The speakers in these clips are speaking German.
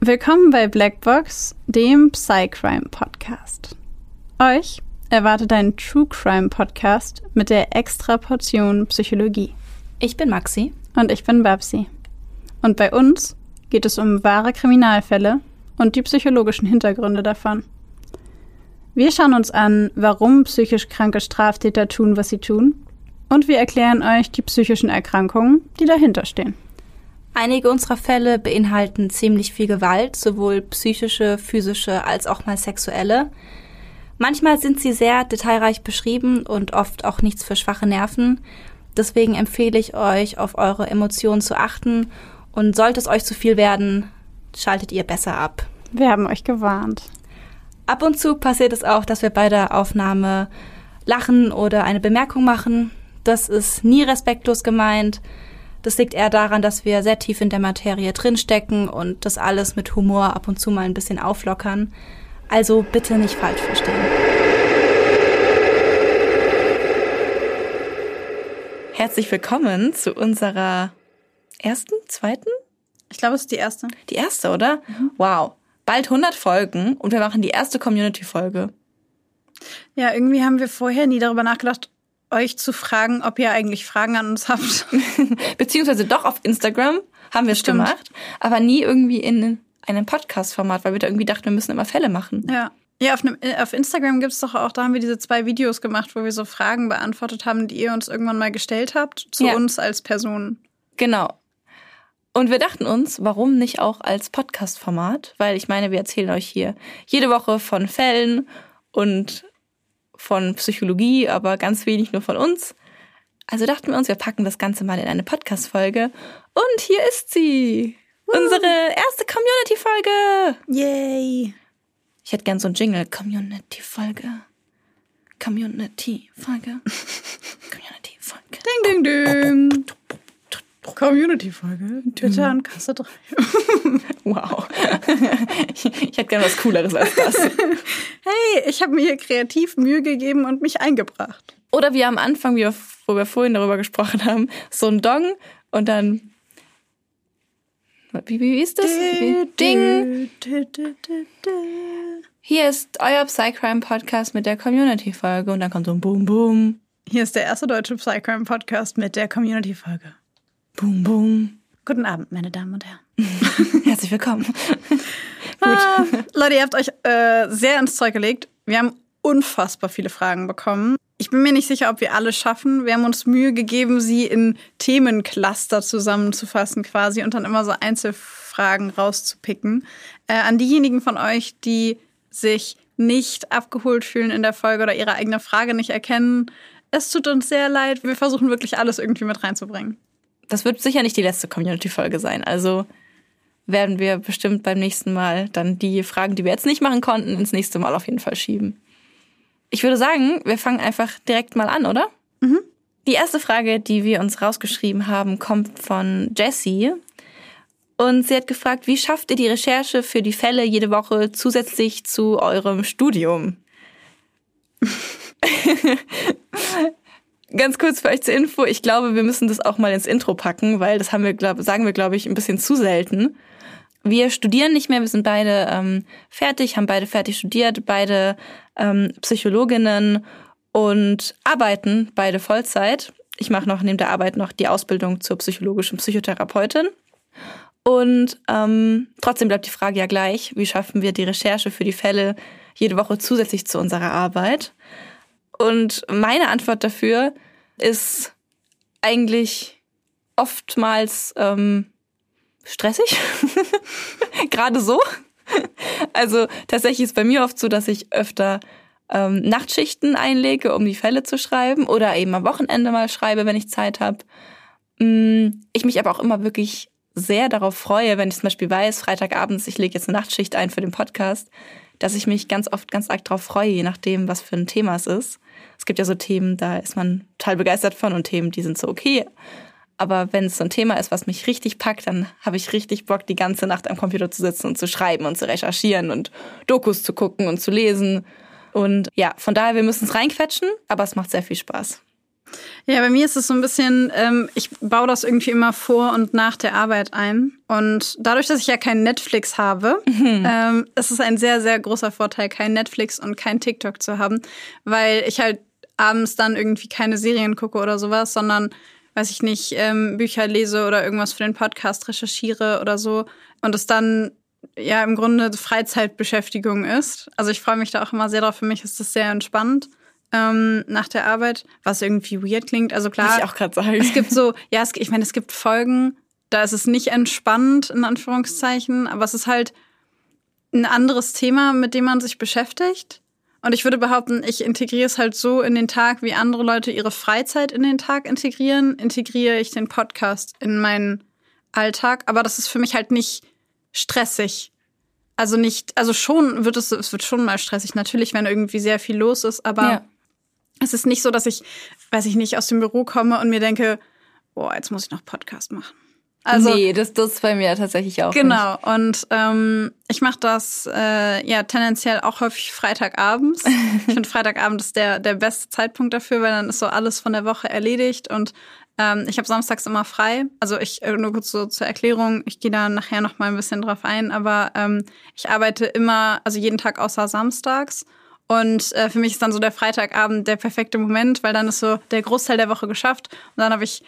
Willkommen bei Blackbox, dem Psycrime-Podcast. Euch erwartet ein True-Crime-Podcast mit der extra Portion Psychologie. Ich bin Maxi. Und ich bin Babsi. Und bei uns geht es um wahre Kriminalfälle und die psychologischen Hintergründe davon. Wir schauen uns an, warum psychisch kranke Straftäter tun, was sie tun. Und wir erklären euch die psychischen Erkrankungen, die dahinter stehen. Einige unserer Fälle beinhalten ziemlich viel Gewalt, sowohl psychische, physische als auch mal sexuelle. Manchmal sind sie sehr detailreich beschrieben und oft auch nichts für schwache Nerven. Deswegen empfehle ich euch, auf eure Emotionen zu achten. Und sollte es euch zu viel werden, schaltet ihr besser ab. Wir haben euch gewarnt. Ab und zu passiert es auch, dass wir bei der Aufnahme lachen oder eine Bemerkung machen. Das ist nie respektlos gemeint. Das liegt eher daran, dass wir sehr tief in der Materie drinstecken und das alles mit Humor ab und zu mal ein bisschen auflockern. Also bitte nicht falsch verstehen. Herzlich willkommen zu unserer zweiten? Ich glaube, es ist die erste. Die erste, oder? Wow. Bald 100 Folgen und wir machen die erste Community-Folge. Ja, irgendwie haben wir vorher nie darüber nachgedacht, euch zu fragen, ob ihr eigentlich Fragen an uns habt. Beziehungsweise doch auf Instagram haben wir es gemacht, aber nie irgendwie in einem Podcast-Format, weil wir da irgendwie dachten, wir müssen immer Fälle machen. Ja, auf Instagram gibt es doch auch, da haben wir diese 2 Videos gemacht, wo wir so Fragen beantwortet haben, die ihr uns irgendwann mal gestellt habt, zu uns als Personen. Genau. Und wir dachten uns, warum nicht auch als Podcast-Format? Weil ich meine, wir erzählen euch hier jede Woche von Fällen und von Psychologie, aber ganz wenig nur von uns. Also dachten wir uns, wir packen das Ganze mal in eine Podcast-Folge. Und hier ist sie. Unsere erste Community-Folge. Yay. Ich hätte gern so einen Jingle. Community-Folge. Community-Folge. Community-Folge. Ding, ding, ding. Community-Folge. Twitter an Kasse 3. Wow. Ich hätte gern was Cooleres als das. Hey, ich habe mir hier kreativ Mühe gegeben und mich eingebracht. Oder wie am Anfang, wo wir vorhin darüber gesprochen haben, so ein Dong und dann... Wie ist das? Ding! Hier ist euer Psycrime-Podcast mit der Community-Folge und dann kommt so ein Boom, Boom. Hier ist der erste deutsche Psycrime-Podcast mit der Community-Folge. Boom, boom. Guten Abend, meine Damen und Herren. Herzlich willkommen. Gut. Leute, ihr habt euch sehr ins Zeug gelegt. Wir haben unfassbar viele Fragen bekommen. Ich bin mir nicht sicher, ob wir alle schaffen. Wir haben uns Mühe gegeben, sie in Themencluster zusammenzufassen quasi und dann immer so Einzelfragen rauszupicken. An diejenigen von euch, die sich nicht abgeholt fühlen in der Folge oder ihre eigene Frage nicht erkennen, es tut uns sehr leid. Wir versuchen wirklich alles irgendwie mit reinzubringen. Das wird sicher nicht die letzte Community-Folge sein. Also werden wir bestimmt beim nächsten Mal dann die Fragen, die wir jetzt nicht machen konnten, ins nächste Mal auf jeden Fall schieben. Ich würde sagen, wir fangen einfach direkt mal an, oder? Mhm. Die erste Frage, die wir uns rausgeschrieben haben, kommt von Jessie. Und sie hat gefragt, wie schafft ihr die Recherche für die Fälle jede Woche zusätzlich zu eurem Studium? Ganz kurz für euch zur Info, ich glaube, wir müssen das auch mal ins Intro packen, weil das sagen wir, glaube ich, ein bisschen zu selten. Wir studieren nicht mehr, wir sind beide fertig, haben beide fertig studiert, beide Psychologinnen und arbeiten beide Vollzeit. Ich mache noch neben der Arbeit noch die Ausbildung zur psychologischen Psychotherapeutin. Und trotzdem bleibt die Frage ja gleich, wie schaffen wir die Recherche für die Fälle jede Woche zusätzlich zu unserer Arbeit? Und meine Antwort dafür ist eigentlich oftmals stressig. Gerade so. Also tatsächlich ist bei mir oft so, dass ich öfter Nachtschichten einlege, um die Fälle zu schreiben oder eben am Wochenende mal schreibe, wenn ich Zeit habe. Ich mich aber auch immer wirklich sehr darauf freue, wenn ich zum Beispiel weiß, Freitagabends, ich lege jetzt eine Nachtschicht ein für den Podcast, dass ich mich ganz oft ganz arg darauf freue, je nachdem, was für ein Thema es ist. Es gibt ja so Themen, da ist man total begeistert von und Themen, die sind so okay. Aber wenn es so ein Thema ist, was mich richtig packt, dann habe ich richtig Bock, die ganze Nacht am Computer zu sitzen und zu schreiben und zu recherchieren und Dokus zu gucken und zu lesen. Und ja, von daher, wir müssen es reinquetschen, aber es macht sehr viel Spaß. Ja, bei mir ist es so ein bisschen, ich baue das irgendwie immer vor und nach der Arbeit ein. Und dadurch, dass ich ja kein Netflix habe, ist es ein sehr, sehr großer Vorteil, kein Netflix und kein TikTok zu haben, weil ich halt abends dann irgendwie keine Serien gucke oder sowas, sondern, weiß ich nicht, Bücher lese oder irgendwas für den Podcast recherchiere oder so. Und es dann ja im Grunde Freizeitbeschäftigung ist. Also ich freue mich da auch immer sehr drauf. Für mich ist das sehr entspannt. Nach der Arbeit, was irgendwie weird klingt. Also klar, ich auch gerade sagen. Es gibt so, ja, ich meine, es gibt Folgen, da ist es nicht entspannt, in Anführungszeichen, aber es ist halt ein anderes Thema, mit dem man sich beschäftigt. Und ich würde behaupten, ich integriere es halt so in den Tag, wie andere Leute ihre Freizeit in den Tag integriere ich den Podcast in meinen Alltag. Aber das ist für mich halt nicht stressig. Also schon es wird schon mal stressig, natürlich, wenn irgendwie sehr viel los ist, aber ja. Es ist nicht so, dass ich, weiß ich nicht, aus dem Büro komme und mir denke, boah, jetzt muss ich noch Podcast machen. Also, nee, das ist bei mir tatsächlich auch genau. Nicht. Und ich mache das tendenziell auch häufig freitagabends. Ich finde, Freitagabend ist der beste Zeitpunkt dafür, weil dann ist so alles von der Woche erledigt und ich habe samstags immer frei. Also nur kurz so zur Erklärung, ich gehe da nachher noch mal ein bisschen drauf ein, aber ich arbeite immer, also jeden Tag außer samstags. Und für mich ist dann so der Freitagabend der perfekte Moment, weil dann ist so der Großteil der Woche geschafft. Und dann habe ich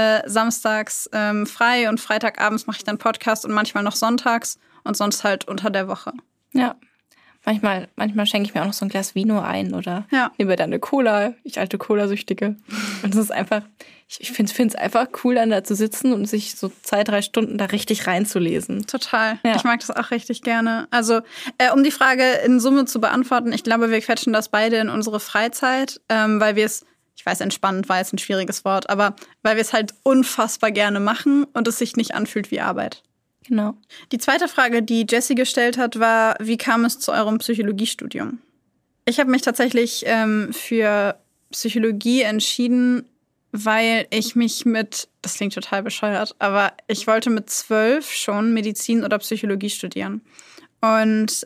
samstags frei und freitagabends mache ich dann Podcast und manchmal noch sonntags und sonst halt unter der Woche. Ja, manchmal schenke ich mir auch noch so ein Glas Vino ein oder nehme dann eine Cola, ich alte Cola-Süchtige. Und es ist einfach, ich finde es einfach cool, dann da zu sitzen und sich so 2-3 Stunden da richtig reinzulesen. Total. Ja. Ich mag das auch richtig gerne. Also, um die Frage in Summe zu beantworten, ich glaube, wir quetschen das beide in unsere Freizeit, weil wir es, ich weiß, entspannend war jetzt ein schwieriges Wort, aber weil wir es halt unfassbar gerne machen und es sich nicht anfühlt wie Arbeit. Genau. Die zweite Frage, die Jessie gestellt hat, war, wie kam es zu eurem Psychologiestudium? Ich habe mich tatsächlich für Psychologie entschieden, weil ich mich das klingt total bescheuert, aber ich wollte mit 12 schon Medizin oder Psychologie studieren. Und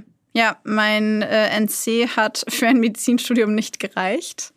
mein NC hat für ein Medizinstudium nicht gereicht.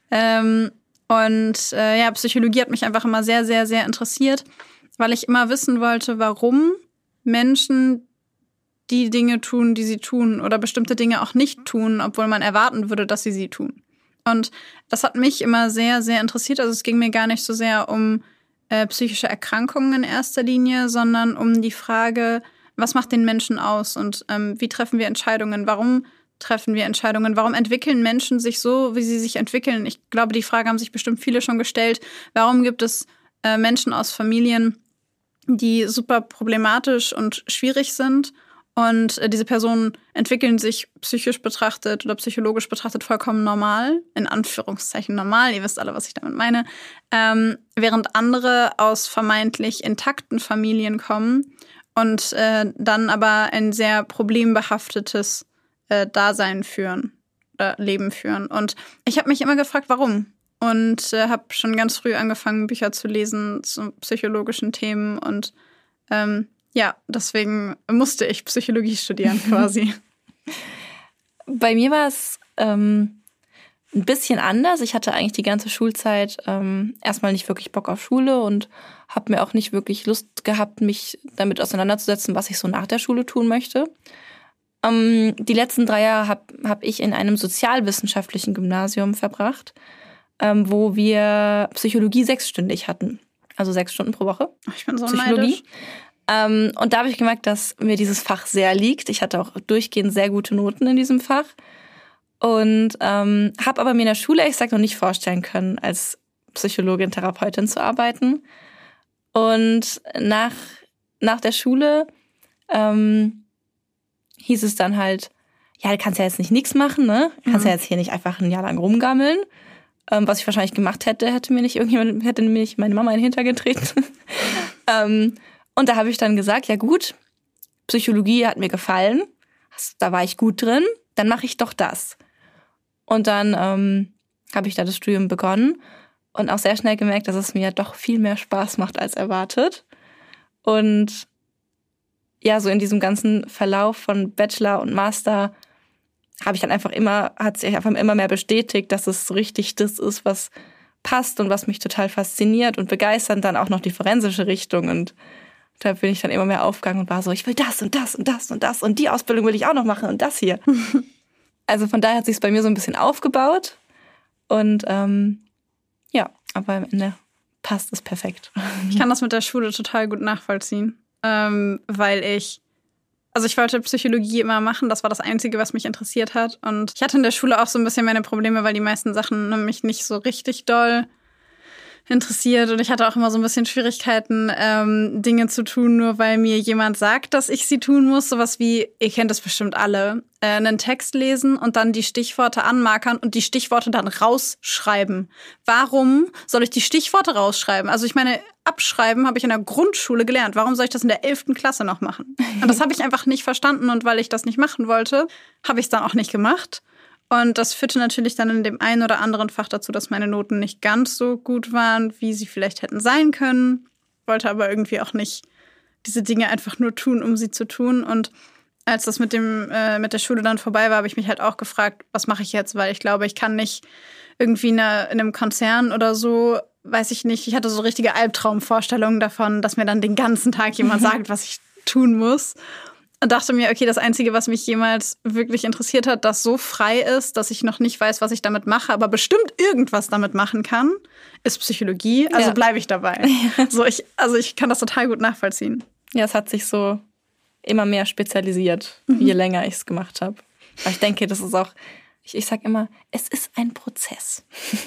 Psychologie hat mich einfach immer sehr, sehr, sehr interessiert, weil ich immer wissen wollte, warum Menschen die Dinge tun, die sie tun oder bestimmte Dinge auch nicht tun, obwohl man erwarten würde, dass sie tun. Und das hat mich immer sehr, sehr interessiert. Also es ging mir gar nicht so sehr um psychische Erkrankungen in erster Linie, sondern um die Frage, was macht den Menschen aus und wie treffen wir Entscheidungen? Warum treffen wir Entscheidungen? Warum entwickeln Menschen sich so, wie sie sich entwickeln? Ich glaube, die Frage haben sich bestimmt viele schon gestellt. Warum gibt es Menschen aus Familien, die super problematisch und schwierig sind? Und diese Personen entwickeln sich psychisch betrachtet oder psychologisch betrachtet vollkommen normal, in Anführungszeichen normal, ihr wisst alle, was ich damit meine, während andere aus vermeintlich intakten Familien kommen und dann aber ein sehr problembehaftetes Dasein führen oder Leben führen. Und ich habe mich immer gefragt, warum? Und habe schon ganz früh angefangen, Bücher zu lesen zu psychologischen Themen und deswegen musste ich Psychologie studieren quasi. Bei mir war es ein bisschen anders. Ich hatte eigentlich die ganze Schulzeit erstmal nicht wirklich Bock auf Schule und habe mir auch nicht wirklich Lust gehabt, mich damit auseinanderzusetzen, was ich so nach der Schule tun möchte. Die letzten 3 Jahre hab ich in einem sozialwissenschaftlichen Gymnasium verbracht, wo wir Psychologie 6-stündig hatten. Also 6 Stunden pro Woche. Ich bin so Psychologie. neidisch. Und da habe ich gemerkt, dass mir dieses Fach sehr liegt. Ich hatte auch durchgehend sehr gute Noten in diesem Fach. Und habe aber mir in der Schule, ich sag, noch nicht vorstellen können, als Psychologin, Therapeutin zu arbeiten. Und nach der Schule hieß es dann halt, ja, du kannst ja jetzt nicht nichts machen, ne? Du kannst ja jetzt hier nicht einfach ein Jahr lang rumgammeln. Was ich wahrscheinlich gemacht hätte, hätte mir nicht meine Mama in den Hintern getreten. Und da habe ich dann gesagt, ja gut, Psychologie hat mir gefallen, da war ich gut drin, dann mache ich doch das. Und dann habe ich da das Studium begonnen und auch sehr schnell gemerkt, dass es mir doch viel mehr Spaß macht als erwartet. Und ja, so in diesem ganzen Verlauf von Bachelor und Master hat sich einfach immer mehr bestätigt, dass es so richtig das ist, was passt und was mich total fasziniert und begeistert, dann auch noch die forensische Richtung. Und da bin ich dann immer mehr aufgegangen und war so, ich will das und das und das und das und die Ausbildung will ich auch noch machen und das hier. Also von daher hat sich es bei mir so ein bisschen aufgebaut. Und aber am Ende passt es perfekt. Ich kann das mit der Schule total gut nachvollziehen, weil ich wollte Psychologie immer machen, das war das Einzige, was mich interessiert hat. Und ich hatte in der Schule auch so ein bisschen meine Probleme, weil die meisten Sachen mich nicht so richtig doll interessiert. Und ich hatte auch immer so ein bisschen Schwierigkeiten, Dinge zu tun, nur weil mir jemand sagt, dass ich sie tun muss. Sowas wie, ihr kennt das bestimmt alle, einen Text lesen und dann die Stichworte anmarkern und die Stichworte dann rausschreiben. Warum soll ich die Stichworte rausschreiben? Also ich meine, abschreiben habe ich in der Grundschule gelernt. Warum soll ich das in der 11. Klasse noch machen? Und das habe ich einfach nicht verstanden. Und weil ich das nicht machen wollte, habe ich es dann auch nicht gemacht. Und das führte natürlich dann in dem einen oder anderen Fach dazu, dass meine Noten nicht ganz so gut waren, wie sie vielleicht hätten sein können. Wollte aber irgendwie auch nicht diese Dinge einfach nur tun, um sie zu tun. Und als das mit der Schule dann vorbei war, habe ich mich halt auch gefragt, was mache ich jetzt? Weil ich glaube, ich kann nicht irgendwie in einem Konzern oder so, weiß ich nicht. Ich hatte so richtige Albtraumvorstellungen davon, dass mir dann den ganzen Tag jemand sagt, was ich tun muss. Und dachte mir, okay, das Einzige, was mich jemals wirklich interessiert hat, das so frei ist, dass ich noch nicht weiß, was ich damit mache, aber bestimmt irgendwas damit machen kann, ist Psychologie. Also bleibe ich dabei. Ja. Ich kann das total gut nachvollziehen. Ja, es hat sich so immer mehr spezialisiert, je länger ich es gemacht habe. Aber ich denke, das ist auch, ich sage immer, es ist ein Prozess.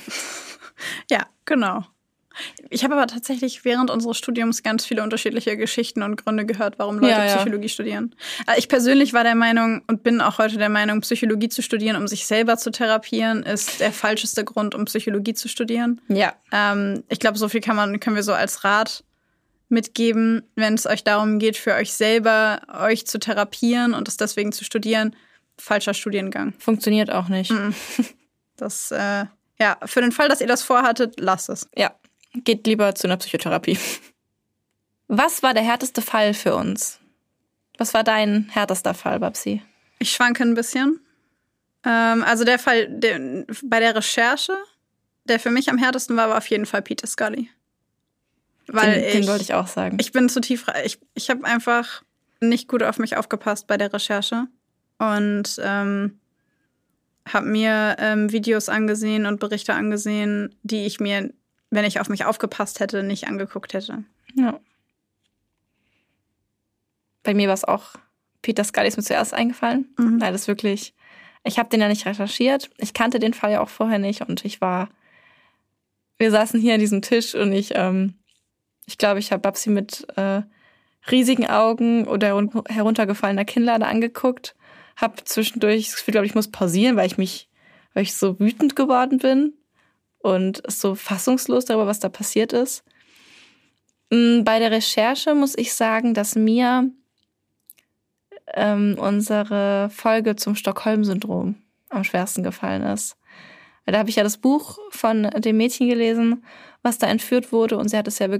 Ja, genau. Ich habe aber tatsächlich während unseres Studiums ganz viele unterschiedliche Geschichten und Gründe gehört, warum Leute Psychologie studieren. Ich persönlich war der Meinung und bin auch heute der Meinung, Psychologie zu studieren, um sich selber zu therapieren, ist der falscheste Grund, um Psychologie zu studieren. Ja. Ich glaube, so viel können wir so als Rat mitgeben, wenn es euch darum geht, für euch selber euch zu therapieren und es deswegen zu studieren. Falscher Studiengang. Funktioniert auch nicht. Das, für den Fall, dass ihr das vorhattet, lasst es. Ja. Geht lieber zu einer Psychotherapie. Was war der härteste Fall für uns? Was war dein härtester Fall, Babsi? Ich schwanke ein bisschen. Also der Fall bei der Recherche, der für mich am härtesten war auf jeden Fall Peter Scully. Den wollte ich auch sagen. Ich bin zu tief. Ich habe einfach nicht gut auf mich aufgepasst bei der Recherche. Und habe mir Videos angesehen und Berichte angesehen, die ich mir, wenn ich auf mich aufgepasst hätte, nicht angeguckt hätte. Ja. Bei mir war es auch, Peter Scully ist mir zuerst eingefallen. Weil das wirklich, ich habe den ja nicht recherchiert. Ich kannte den Fall ja auch vorher nicht. Und wir saßen hier an diesem Tisch und ich glaube, ich habe Babsi mit riesigen Augen oder heruntergefallener Kinnlade angeguckt. Habe zwischendurch das Gefühl, glaube ich, muss pausieren, weil ich so wütend geworden bin. Und so fassungslos darüber, was da passiert ist. Bei der Recherche muss ich sagen, dass mir unsere Folge zum Stockholm-Syndrom am schwersten gefallen ist. Da habe ich ja das Buch von dem Mädchen gelesen, was da entführt wurde. Und sie hat sehr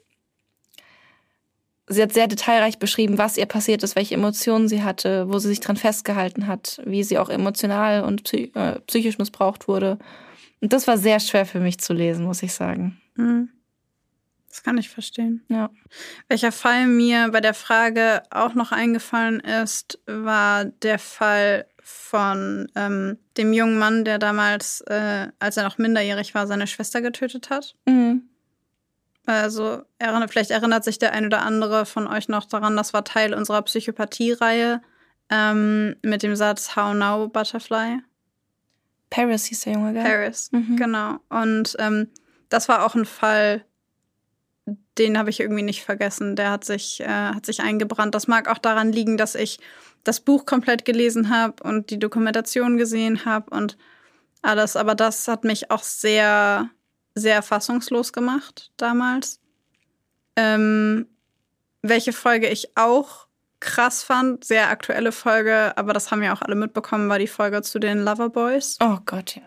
detailreich beschrieben, was ihr passiert ist, welche Emotionen sie hatte, wo sie sich dran festgehalten hat, wie sie auch emotional und psychisch missbraucht wurde. Und das war sehr schwer für mich zu lesen, muss ich sagen. Das kann ich verstehen. Ja. Welcher Fall mir bei der Frage auch noch eingefallen ist, war der Fall von dem jungen Mann, der damals, als er noch minderjährig war, seine Schwester getötet hat. Also vielleicht erinnert sich der ein oder andere von euch noch daran, das war Teil unserer Psychopathie-Reihe mit dem Satz How now, Butterfly? Paris hieß der Junge, gell? Paris, genau. Und das war auch ein Fall, den habe ich irgendwie nicht vergessen. Der hat sich eingebrannt. Das mag auch daran liegen, dass ich das Buch komplett gelesen habe und die Dokumentation gesehen habe und alles. Aber das hat mich auch sehr, sehr fassungslos gemacht damals. Welche Folge ich auch krass fand, sehr aktuelle Folge, aber das haben ja auch alle mitbekommen, war die Folge zu den Loverboys. Oh Gott, ja.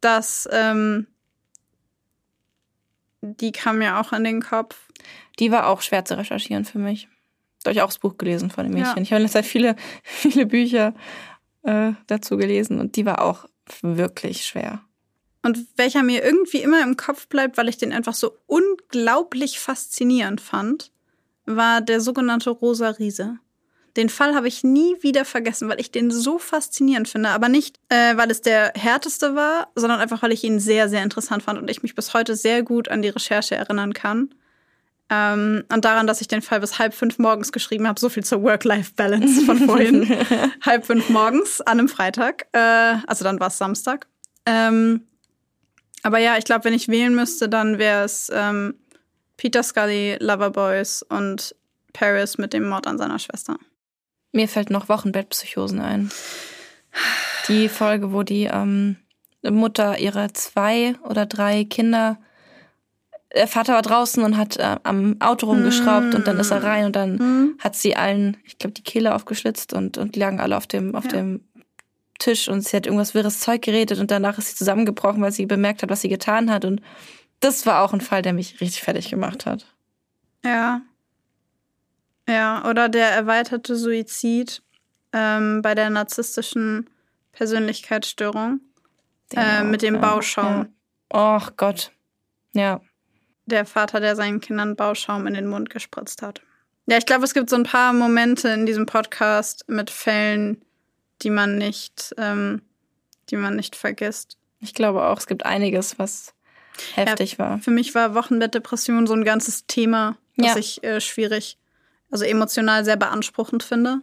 Die kam mir auch in den Kopf. Die war auch schwer zu recherchieren für mich. Da habe ich auch das Buch gelesen von dem Mädchen. Ja. Ich habe jetzt viele Bücher dazu gelesen und die war auch wirklich schwer. und welcher mir irgendwie immer im Kopf bleibt, weil ich den einfach so unglaublich faszinierend fand, war der sogenannte Rosa Riese. Den Fall habe ich nie wieder vergessen, weil ich den so faszinierend finde. Aber nicht, weil es der härteste war, sondern einfach, weil ich ihn sehr, sehr interessant fand und ich mich bis heute sehr gut an die Recherche erinnern kann. Und daran, dass ich den Fall bis 4:30 morgens geschrieben habe. So viel zur Work-Life-Balance von vorhin. 4:30 morgens an einem Freitag. Also dann war es Samstag. Aber ja, ich glaube, wenn ich wählen müsste, dann wäre es Peter Scully, Loverboys und Paris mit dem Mord an seiner Schwester. Mir fällt noch Wochenbettpsychosen ein. Die Folge, wo die Mutter ihre 2 oder 3 Kinder, der Vater war draußen und hat am Auto rumgeschraubt und dann ist er rein und dann hat sie allen, ich glaube, die Kehle aufgeschlitzt und die lagen alle auf dem Tisch und sie hat irgendwas wirres Zeug geredet und danach ist sie zusammengebrochen, weil sie bemerkt hat, was sie getan hat. Und das war auch ein Fall, der mich richtig fertig gemacht hat. Ja. Ja, oder der erweiterte Suizid bei der narzisstischen Persönlichkeitsstörung mit dem Bauschaum. Ja. Och Gott. Ja. Der Vater, der seinen Kindern Bauschaum in den Mund gespritzt hat. Ja, ich glaube, es gibt so ein paar Momente in diesem Podcast mit Fällen, die man nicht vergisst. Ich glaube auch, es gibt einiges, was heftig war. Für mich war Wochenbettdepression so ein ganzes Thema, das ich schwierig, also emotional sehr beanspruchend finde.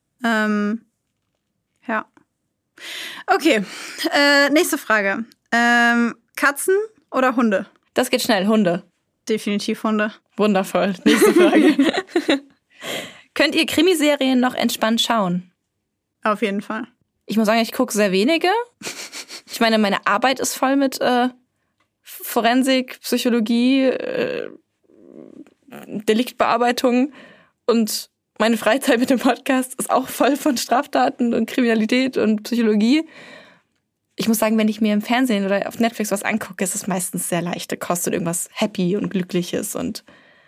Ja. Okay, nächste Frage. Katzen oder Hunde? Das geht schnell, Hunde. Definitiv Hunde. Wundervoll. Nächste Frage. Könnt ihr Krimiserien noch entspannt schauen? Auf jeden Fall. Ich muss sagen, ich gucke sehr wenige. Ich meine, meine Arbeit ist voll mit Forensik, Psychologie, Deliktbearbeitung und meine Freizeit mit dem Podcast ist auch voll von Straftaten und Kriminalität und Psychologie. Ich muss sagen, wenn ich mir im Fernsehen oder auf Netflix was angucke, ist es meistens sehr leichte Kost und irgendwas Happy und Glückliches und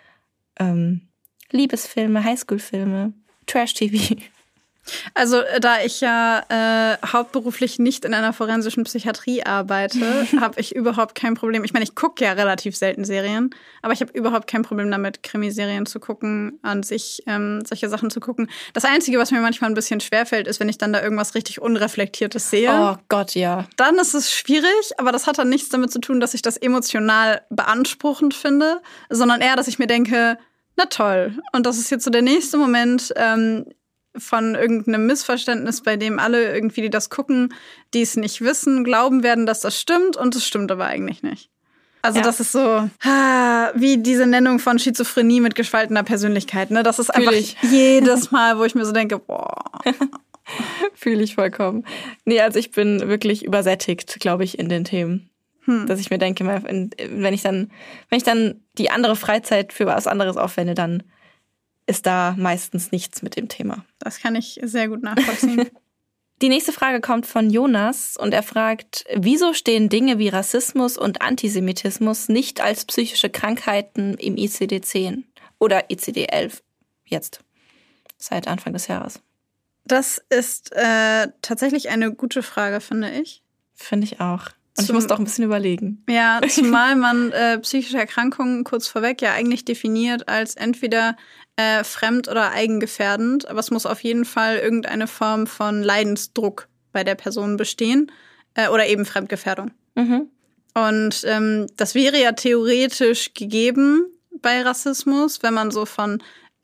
Liebesfilme, Highschool-Filme, Trash-TV. Also da ich ja hauptberuflich nicht in einer forensischen Psychiatrie arbeite, habe ich überhaupt kein Problem. Ich meine, ich gucke ja relativ selten Serien, aber ich habe überhaupt kein Problem damit, Krimiserien zu gucken, an sich solche Sachen zu gucken. Das Einzige, was mir manchmal ein bisschen schwerfällt, ist, wenn ich dann da irgendwas richtig Unreflektiertes sehe. Oh Gott, ja. Dann ist es schwierig, aber das hat dann nichts damit zu tun, dass ich das emotional beanspruchend finde, sondern eher, dass ich mir denke, na toll. Und das ist jetzt so der nächste Moment von irgendeinem Missverständnis, bei dem alle irgendwie, die das gucken, die es nicht wissen, glauben werden, dass das stimmt und es stimmt aber eigentlich nicht. Also das ist so wie diese Nennung von Schizophrenie mit gespaltener Persönlichkeit. Ne? Das ist einfach jedes Mal, wo ich mir so denke, boah. Fühle ich vollkommen. Nee, also ich bin wirklich übersättigt, glaube ich, in den Themen. Dass ich mir denke, wenn ich dann die andere Freizeit für was anderes aufwende, dann ist da meistens nichts mit dem Thema. Das kann ich sehr gut nachvollziehen. Die nächste Frage kommt von Jonas und er fragt, wieso stehen Dinge wie Rassismus und Antisemitismus nicht als psychische Krankheiten im ICD-10 oder ICD-11 jetzt, seit Anfang des Jahres? Das ist tatsächlich eine gute Frage, finde ich. Finde ich auch. Und ich musste auch ein bisschen überlegen. Ja, zumal man psychische Erkrankungen kurz vorweg ja eigentlich definiert als entweder fremd- oder eigengefährdend. Aber es muss auf jeden Fall irgendeine Form von Leidensdruck bei der Person bestehen oder eben Fremdgefährdung. Mhm. Und das wäre ja theoretisch gegeben bei Rassismus, wenn man so von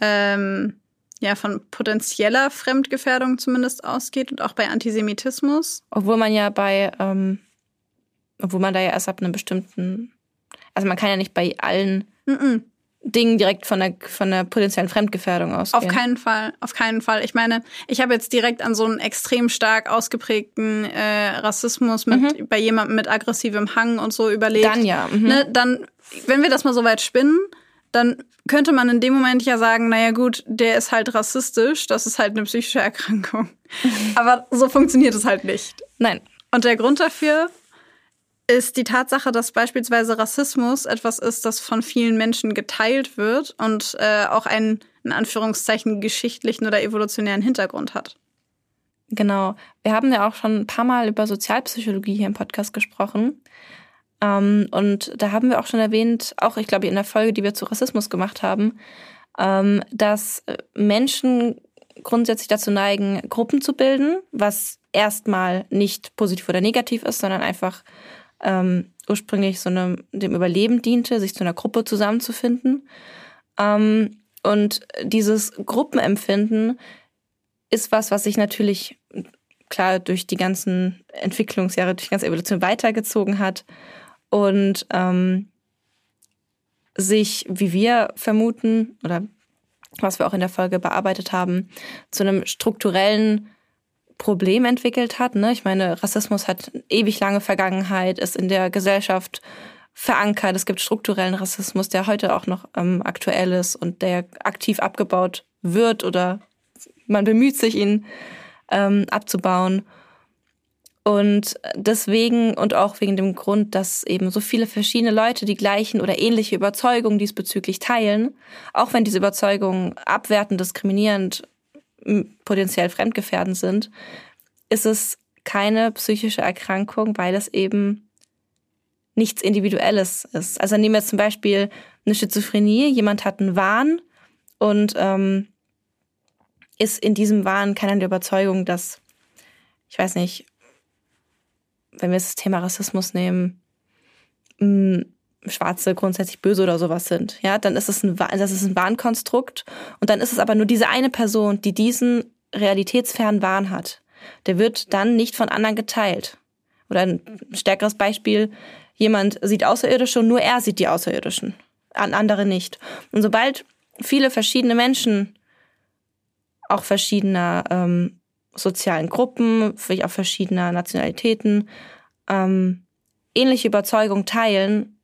potenzieller Fremdgefährdung zumindest ausgeht und auch bei Antisemitismus. Obwohl man da ja erst ab einem bestimmten, also man kann ja nicht bei allen Dingen direkt von der potenziellen Fremdgefährdung ausgehen. Auf keinen Fall. Ich meine, ich habe jetzt direkt an so einen extrem stark ausgeprägten Rassismus bei jemandem mit aggressivem Hang und so überlegt. Dann ja. Ne, dann, wenn wir das mal so weit spinnen, dann könnte man in dem Moment ja sagen, naja gut, der ist halt rassistisch, das ist halt eine psychische Erkrankung. Aber so funktioniert es halt nicht. Nein. Und der Grund dafür ist die Tatsache, dass beispielsweise Rassismus etwas ist, das von vielen Menschen geteilt wird und auch einen, in Anführungszeichen, geschichtlichen oder evolutionären Hintergrund hat. Genau. Wir haben ja auch schon ein paar Mal über Sozialpsychologie hier im Podcast gesprochen. Und da haben wir auch schon erwähnt, auch ich glaube in der Folge, die wir zu Rassismus gemacht haben, dass Menschen grundsätzlich dazu neigen, Gruppen zu bilden, was erstmal nicht positiv oder negativ ist, sondern einfach ursprünglich dem Überleben diente, sich zu einer Gruppe zusammenzufinden. Und dieses Gruppenempfinden ist was sich natürlich klar durch die ganzen Entwicklungsjahre, durch die ganze Evolution weitergezogen hat und sich, wie wir vermuten, oder was wir auch in der Folge bearbeitet haben, zu einem strukturellen Problem entwickelt hat. Ne? Ich meine, Rassismus hat ewig lange Vergangenheit, ist in der Gesellschaft verankert. Es gibt strukturellen Rassismus, der heute auch noch aktuell ist und der aktiv abgebaut wird oder man bemüht sich, ihn abzubauen. Und deswegen und auch wegen dem Grund, dass eben so viele verschiedene Leute die gleichen oder ähnliche Überzeugungen diesbezüglich teilen, auch wenn diese Überzeugungen abwertend, diskriminierend, potenziell fremdgefährdend sind, ist es keine psychische Erkrankung, weil es eben nichts Individuelles ist. Also nehmen wir jetzt zum Beispiel eine Schizophrenie, jemand hat einen Wahn und ist in diesem Wahn keine Überzeugung, dass, ich weiß nicht, wenn wir das Thema Rassismus nehmen, Schwarze grundsätzlich böse oder sowas sind, ja, dann ist es ein Wahnkonstrukt und dann ist es aber nur diese eine Person, die diesen realitätsfernen Wahn hat. Der wird dann nicht von anderen geteilt. Oder ein stärkeres Beispiel, jemand sieht Außerirdische und nur er sieht die Außerirdischen, andere nicht. Und sobald viele verschiedene Menschen, auch verschiedener sozialen Gruppen, vielleicht auch verschiedener Nationalitäten, ähnliche Überzeugungen teilen,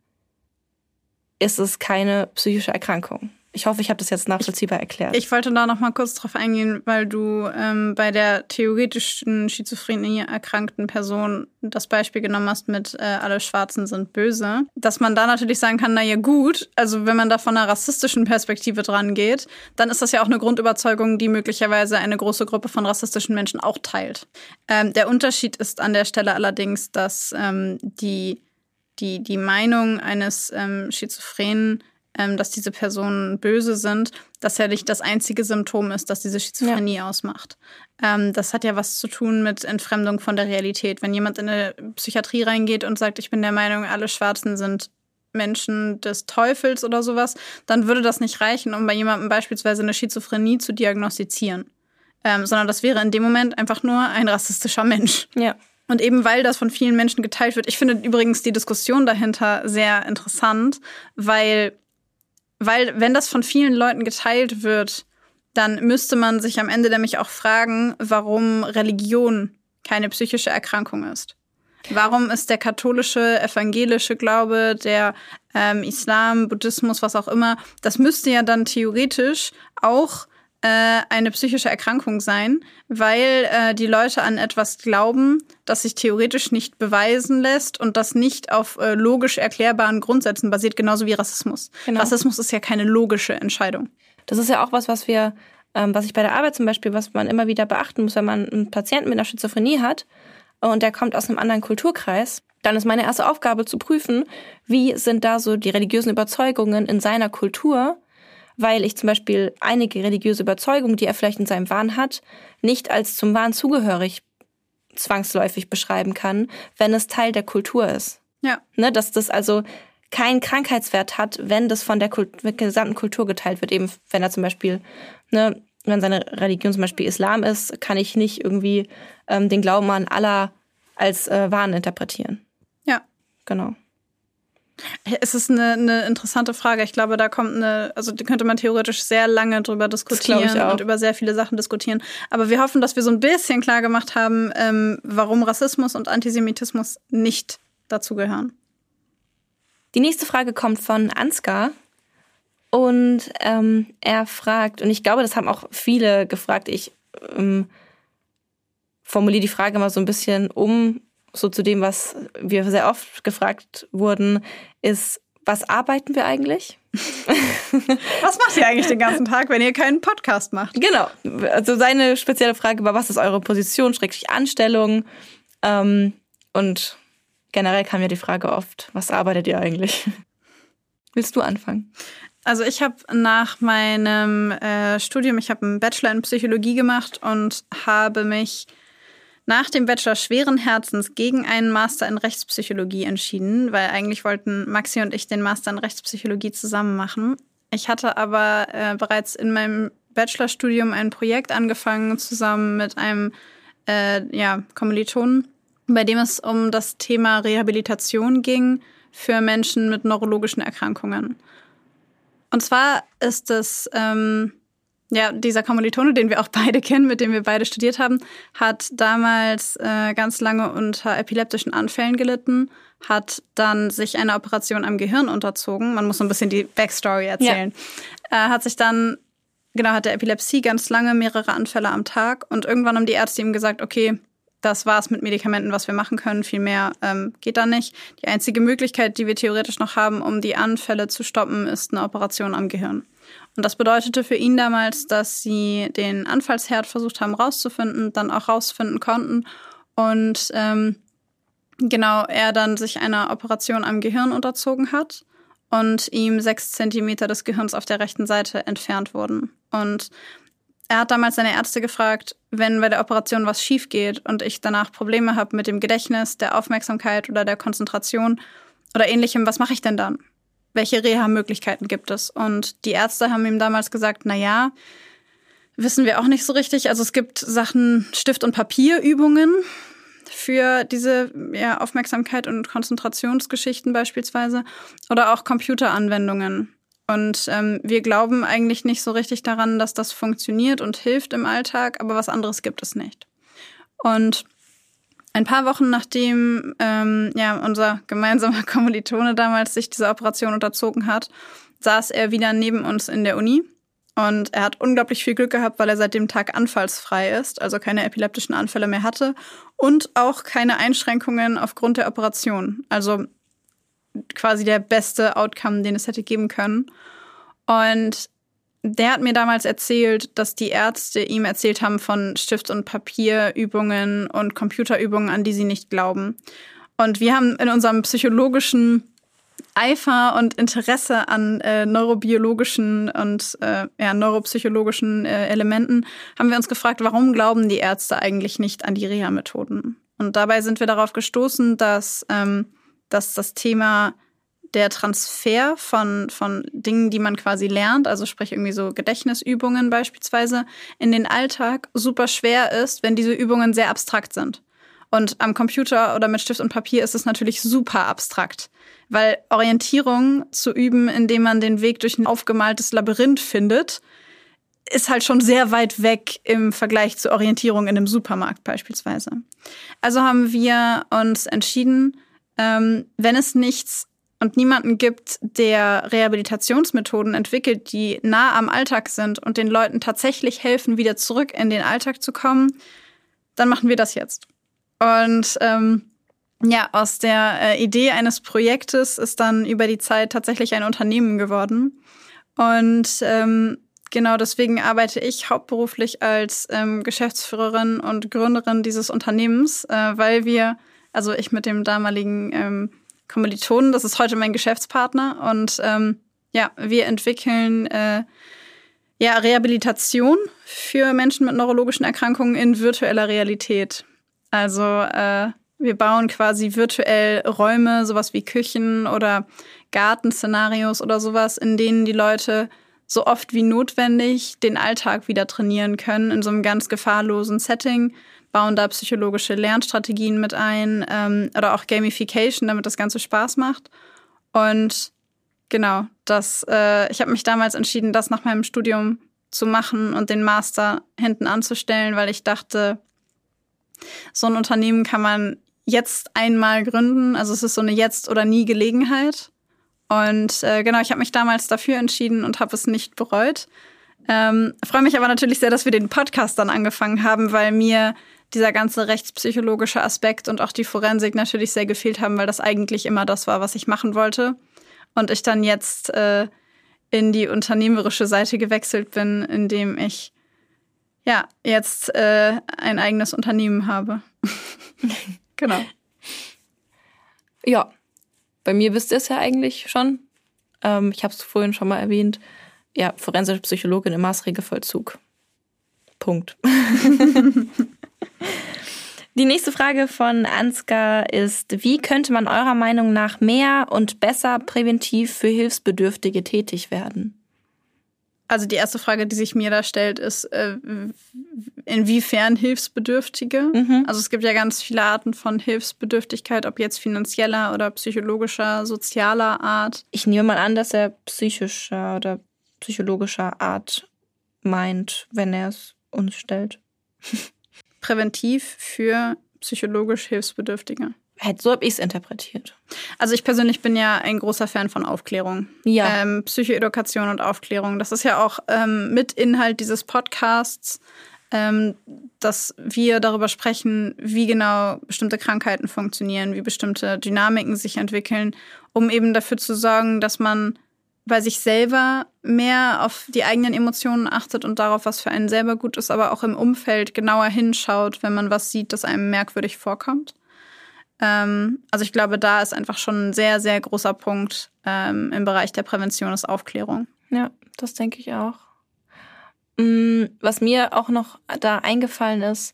ist es keine psychische Erkrankung. Ich hoffe, ich habe das jetzt nachvollziehbar erklärt. Ich wollte da noch mal kurz drauf eingehen, weil du bei der theoretischen Schizophrenie erkrankten Person das Beispiel genommen hast mit alle Schwarzen sind böse. Dass man da natürlich sagen kann, na ja gut, also wenn man da von einer rassistischen Perspektive dran geht, dann ist das ja auch eine Grundüberzeugung, die möglicherweise eine große Gruppe von rassistischen Menschen auch teilt. Der Unterschied ist an der Stelle allerdings, dass die Meinung eines Schizophrenen, dass diese Personen böse sind, dass ja nicht das einzige Symptom ist, das diese Schizophrenie ausmacht. Das hat ja was zu tun mit Entfremdung von der Realität. Wenn jemand in eine Psychiatrie reingeht und sagt, ich bin der Meinung, alle Schwarzen sind Menschen des Teufels oder sowas, dann würde das nicht reichen, um bei jemandem beispielsweise eine Schizophrenie zu diagnostizieren. Sondern das wäre in dem Moment einfach nur ein rassistischer Mensch. Ja. Und eben weil das von vielen Menschen geteilt wird. Ich finde übrigens die Diskussion dahinter sehr interessant, weil wenn das von vielen Leuten geteilt wird, dann müsste man sich am Ende nämlich auch fragen, warum Religion keine psychische Erkrankung ist. Warum ist der katholische, evangelische Glaube, der Islam, Buddhismus, was auch immer, das müsste ja dann theoretisch auch eine psychische Erkrankung sein, weil die Leute an etwas glauben, das sich theoretisch nicht beweisen lässt und das nicht auf logisch erklärbaren Grundsätzen basiert, genauso wie Rassismus. Genau. Rassismus ist ja keine logische Entscheidung. Das ist ja auch was ich bei der Arbeit zum Beispiel, was man immer wieder beachten muss, wenn man einen Patienten mit einer Schizophrenie hat und der kommt aus einem anderen Kulturkreis, dann ist meine erste Aufgabe zu prüfen, wie sind da so die religiösen Überzeugungen in seiner Kultur, weil ich zum Beispiel einige religiöse Überzeugungen, die er vielleicht in seinem Wahn hat, nicht als zum Wahn zugehörig zwangsläufig beschreiben kann, wenn es Teil der Kultur ist. Ja. Ne, dass das also keinen Krankheitswert hat, wenn das von der gesamten Kultur geteilt wird. Eben, wenn er zum Beispiel, ne, wenn seine Religion zum Beispiel Islam ist, kann ich nicht irgendwie den Glauben an Allah als Wahn interpretieren. Ja. Genau. Es ist eine interessante Frage. Ich glaube, da könnte man theoretisch sehr lange drüber diskutieren und über sehr viele Sachen diskutieren. Aber wir hoffen, dass wir so ein bisschen klar gemacht haben, warum Rassismus und Antisemitismus nicht dazugehören. Die nächste Frage kommt von Ansgar. Und er fragt, und ich glaube, das haben auch viele gefragt, ich formuliere die Frage mal so ein bisschen so zu dem, was wir sehr oft gefragt wurden, ist, was arbeiten wir eigentlich? Was macht ihr eigentlich den ganzen Tag, wenn ihr keinen Podcast macht? Genau. Also seine spezielle Frage war, was ist eure Position, / Anstellung? Und generell kam ja die Frage oft, was arbeitet ihr eigentlich? Willst du anfangen? Also ich habe nach meinem Studium, ich habe einen Bachelor in Psychologie gemacht und habe mich nach dem Bachelor schweren Herzens gegen einen Master in Rechtspsychologie entschieden, weil eigentlich wollten Maxi und ich den Master in Rechtspsychologie zusammen machen. Ich hatte aber bereits in meinem Bachelorstudium ein Projekt angefangen, zusammen mit einem Kommilitonen, bei dem es um das Thema Rehabilitation ging für Menschen mit neurologischen Erkrankungen. Und zwar ist es, dieser Kommilitone, den wir auch beide kennen, mit dem wir beide studiert haben, hat damals ganz lange unter epileptischen Anfällen gelitten, hat dann sich einer Operation am Gehirn unterzogen. Man muss so ein bisschen die Backstory erzählen. Ja. Hatte Epilepsie ganz lange, mehrere Anfälle am Tag. Und irgendwann haben die Ärzte ihm gesagt, okay, das war's mit Medikamenten, was wir machen können. Viel mehr geht da nicht. Die einzige Möglichkeit, die wir theoretisch noch haben, um die Anfälle zu stoppen, ist eine Operation am Gehirn. Und das bedeutete für ihn damals, dass sie den Anfallsherd versucht haben rauszufinden, dann auch rausfinden konnten. Und er dann sich einer Operation am Gehirn unterzogen hat und ihm 6 Zentimeter des Gehirns auf der rechten Seite entfernt wurden. Und er hat damals seine Ärzte gefragt, wenn bei der Operation was schief geht und ich danach Probleme habe mit dem Gedächtnis, der Aufmerksamkeit oder der Konzentration oder ähnlichem, was mache ich denn dann? Welche Reha-Möglichkeiten gibt es? Und die Ärzte haben ihm damals gesagt, wissen wir auch nicht so richtig. Also es gibt Sachen, Stift- und Papierübungen für diese Aufmerksamkeit und Konzentrationsgeschichten beispielsweise oder auch Computeranwendungen. Und wir glauben eigentlich nicht so richtig daran, dass das funktioniert und hilft im Alltag, aber was anderes gibt es nicht. Und ein paar Wochen nachdem unser gemeinsamer Kommilitone damals sich dieser Operation unterzogen hat, saß er wieder neben uns in der Uni. Und er hat unglaublich viel Glück gehabt, weil er seit dem Tag anfallsfrei ist, also keine epileptischen Anfälle mehr hatte und auch keine Einschränkungen aufgrund der Operation. Also quasi der beste Outcome, den es hätte geben können. Und der hat mir damals erzählt, dass die Ärzte ihm erzählt haben von Stift- und Papierübungen und Computerübungen, an die sie nicht glauben. Und wir haben in unserem psychologischen Eifer und Interesse an neurobiologischen und neuropsychologischen Elementen haben wir uns gefragt, warum glauben die Ärzte eigentlich nicht an die Reha-Methoden? Und dabei sind wir darauf gestoßen, dass das Thema der Transfer von Dingen, die man quasi lernt, also sprich irgendwie so Gedächtnisübungen beispielsweise, in den Alltag super schwer ist, wenn diese Übungen sehr abstrakt sind. Und am Computer oder mit Stift und Papier ist es natürlich super abstrakt, weil Orientierung zu üben, indem man den Weg durch ein aufgemaltes Labyrinth findet, ist halt schon sehr weit weg im Vergleich zur Orientierung in einem Supermarkt beispielsweise. Also haben wir uns entschieden, wenn es nichts und niemanden gibt, der Rehabilitationsmethoden entwickelt, die nah am Alltag sind und den Leuten tatsächlich helfen, wieder zurück in den Alltag zu kommen, dann machen wir das jetzt. Und aus der Idee eines Projektes ist dann über die Zeit tatsächlich ein Unternehmen geworden. Und genau deswegen arbeite ich hauptberuflich als Geschäftsführerin und Gründerin dieses Unternehmens, weil ich mit dem damaligen Kommilitonen, das ist heute mein Geschäftspartner. Und wir entwickeln Rehabilitation für Menschen mit neurologischen Erkrankungen in virtueller Realität. Also wir bauen quasi virtuell Räume, sowas wie Küchen oder Gartenszenarios oder sowas, in denen die Leute so oft wie notwendig den Alltag wieder trainieren können, in so einem ganz gefahrlosen Setting, bauen da psychologische Lernstrategien mit ein oder auch Gamification, damit das Ganze Spaß macht. Und genau, ich habe mich damals entschieden, das nach meinem Studium zu machen und den Master hinten anzustellen, weil ich dachte, so ein Unternehmen kann man jetzt einmal gründen. Also es ist so eine Jetzt- oder Nie-Gelegenheit. Und ich habe mich damals dafür entschieden und habe es nicht bereut. Freue mich aber natürlich sehr, dass wir den Podcast dann angefangen haben, weil mir dieser ganze rechtspsychologische Aspekt und auch die Forensik natürlich sehr gefehlt haben, weil das eigentlich immer das war, was ich machen wollte. Und ich dann jetzt in die unternehmerische Seite gewechselt bin, indem ich jetzt ein eigenes Unternehmen habe. Genau. Ja, bei mir wisst ihr es ja eigentlich schon. Ich habe es vorhin schon mal erwähnt. Ja, forensische Psychologin im Maßregelvollzug. Punkt. Die nächste Frage von Ansgar ist, wie könnte man eurer Meinung nach mehr und besser präventiv für Hilfsbedürftige tätig werden? Also die erste Frage, die sich mir da stellt, ist, inwiefern Hilfsbedürftige? Also es gibt ja ganz viele Arten von Hilfsbedürftigkeit, ob jetzt finanzieller oder psychologischer, sozialer Art. Ich nehme mal an, dass er psychischer oder psychologischer Art meint, wenn er es uns stellt. Präventiv für psychologisch Hilfsbedürftige. So habe ich es interpretiert. Also ich persönlich bin ja ein großer Fan von Aufklärung. Ja. Psychoedukation und Aufklärung. Das ist ja auch mit Inhalt dieses Podcasts, dass wir darüber sprechen, wie genau bestimmte Krankheiten funktionieren, wie bestimmte Dynamiken sich entwickeln, um eben dafür zu sorgen, dass man bei sich selber mehr auf die eigenen Emotionen achtet und darauf, was für einen selber gut ist, aber auch im Umfeld genauer hinschaut, wenn man was sieht, das einem merkwürdig vorkommt. Also ich glaube, da ist einfach schon ein sehr, sehr großer Punkt im Bereich der Prävention ist Aufklärung. Ja, das denke ich auch. Was mir auch noch da eingefallen ist,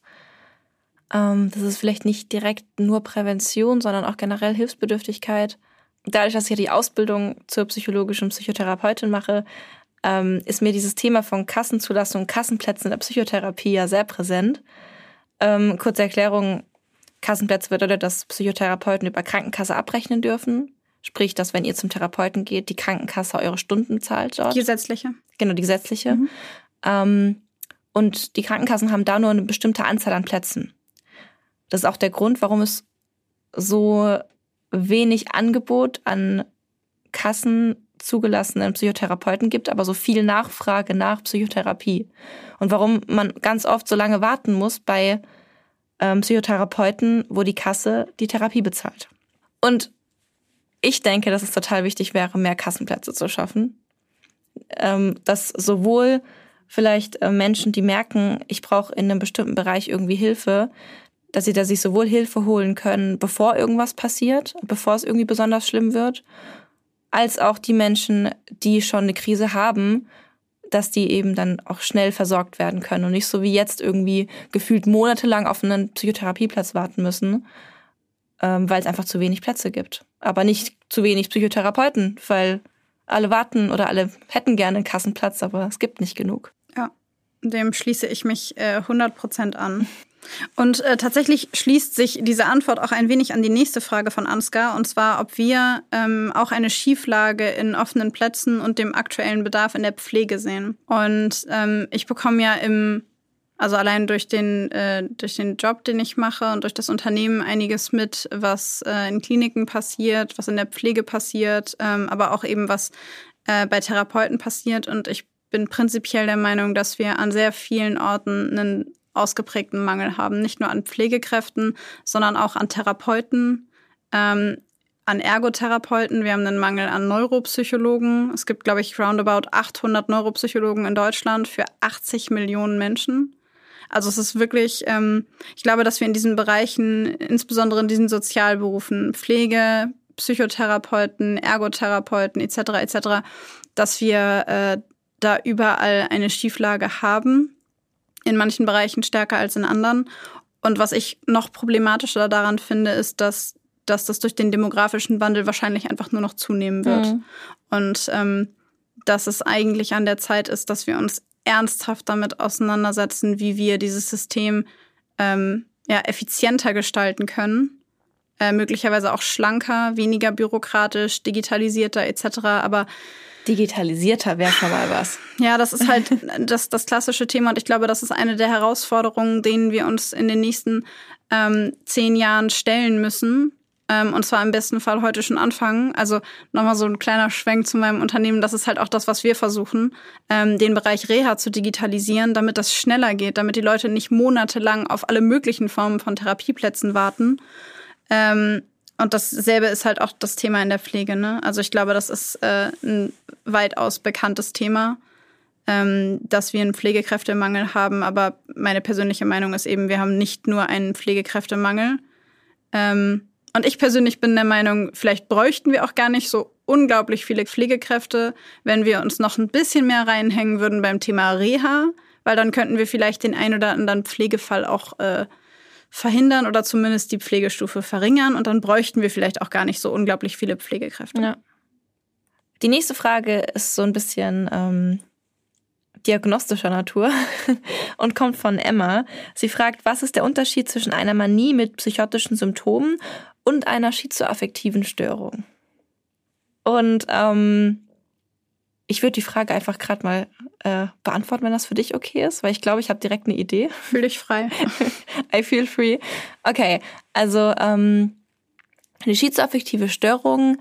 das ist vielleicht nicht direkt nur Prävention, sondern auch generell Hilfsbedürftigkeit. Dadurch, dass ich ja die Ausbildung zur psychologischen Psychotherapeutin mache, ist mir dieses Thema von Kassenzulassung, Kassenplätzen in der Psychotherapie ja sehr präsent. Kurze Erklärung, Kassenplätze bedeutet, dass Psychotherapeuten über Krankenkasse abrechnen dürfen. Sprich, dass wenn ihr zum Therapeuten geht, die Krankenkasse eure Stunden zahlt dort. Die gesetzliche. Genau, die gesetzliche. Und die Krankenkassen haben da nur eine bestimmte Anzahl an Plätzen. Das ist auch der Grund, warum es so wenig Angebot an kassenzugelassenen Psychotherapeuten gibt, aber so viel Nachfrage nach Psychotherapie. Und warum man ganz oft so lange warten muss bei Psychotherapeuten, wo die Kasse die Therapie bezahlt. Und ich denke, dass es total wichtig wäre, mehr Kassenplätze zu schaffen. Dass sowohl vielleicht Menschen, die merken, ich brauche in einem bestimmten Bereich irgendwie Hilfe, dass sie da sich sowohl Hilfe holen können, bevor irgendwas passiert, bevor es irgendwie besonders schlimm wird, als auch die Menschen, die schon eine Krise haben, dass die eben dann auch schnell versorgt werden können und nicht so wie jetzt irgendwie gefühlt monatelang auf einen Psychotherapieplatz warten müssen, weil es einfach zu wenig Plätze gibt. Aber nicht zu wenig Psychotherapeuten, weil alle warten oder alle hätten gerne einen Kassenplatz, aber es gibt nicht genug. Ja, dem schließe ich mich 100% an. Und tatsächlich schließt sich diese Antwort auch ein wenig an die nächste Frage von Ansgar, und zwar, ob wir auch eine Schieflage in offenen Plätzen und dem aktuellen Bedarf in der Pflege sehen. Und ich bekomme ja also allein durch den Job, den ich mache und durch das Unternehmen einiges mit, was in Kliniken passiert, was in der Pflege passiert, aber auch eben was bei Therapeuten passiert. Und ich bin prinzipiell der Meinung, dass wir an sehr vielen Orten einen ausgeprägten Mangel haben. Nicht nur an Pflegekräften, sondern auch an Therapeuten, an Ergotherapeuten. Wir haben einen Mangel an Neuropsychologen. Es gibt, glaube ich, roundabout 800 Neuropsychologen in Deutschland für 80 Millionen Menschen. Also es ist wirklich, ich glaube, dass wir in diesen Bereichen, insbesondere in diesen Sozialberufen, Pflege, Psychotherapeuten, Ergotherapeuten etc., dass wir da überall eine Schieflage haben. In manchen Bereichen stärker als in anderen. Und was ich noch problematischer daran finde, ist, dass das durch den demografischen Wandel wahrscheinlich einfach nur noch zunehmen wird. Und dass es eigentlich an der Zeit ist, dass wir uns ernsthaft damit auseinandersetzen, wie wir dieses System effizienter gestalten können. Möglicherweise auch schlanker, weniger bürokratisch, digitalisierter etc. Aber digitalisierter wäre schon mal was. Ja, das ist halt das klassische Thema. Und ich glaube, das ist eine der Herausforderungen, denen wir uns in den nächsten 10 Jahren stellen müssen. Und zwar im besten Fall heute schon anfangen. Also nochmal so ein kleiner Schwenk zu meinem Unternehmen. Das ist halt auch das, was wir versuchen, den Bereich Reha zu digitalisieren, damit das schneller geht, damit die Leute nicht monatelang auf alle möglichen Formen von Therapieplätzen warten. Und dasselbe ist halt auch das Thema in der Pflege, ne? Also ich glaube, das ist ein weitaus bekanntes Thema, dass wir einen Pflegekräftemangel haben. Aber meine persönliche Meinung ist eben, wir haben nicht nur einen Pflegekräftemangel. Und Und ich persönlich bin der Meinung, vielleicht bräuchten wir auch gar nicht so unglaublich viele Pflegekräfte, wenn wir uns noch ein bisschen mehr reinhängen würden beim Thema Reha, weil dann könnten wir vielleicht den ein oder anderen Pflegefall auch verhindern oder zumindest die Pflegestufe verringern. Und dann bräuchten wir vielleicht auch gar nicht so unglaublich viele Pflegekräfte. Ja. Die nächste Frage ist so ein bisschen diagnostischer Natur und kommt von Emma. Sie fragt, was ist der Unterschied zwischen einer Manie mit psychotischen Symptomen und einer schizoaffektiven Störung? Und ich würde die Frage einfach gerade mal beantworten, wenn das für dich okay ist, weil ich glaube, ich habe direkt eine Idee. Fühl dich frei. I feel free. Okay, also eine schizoaffektive Störung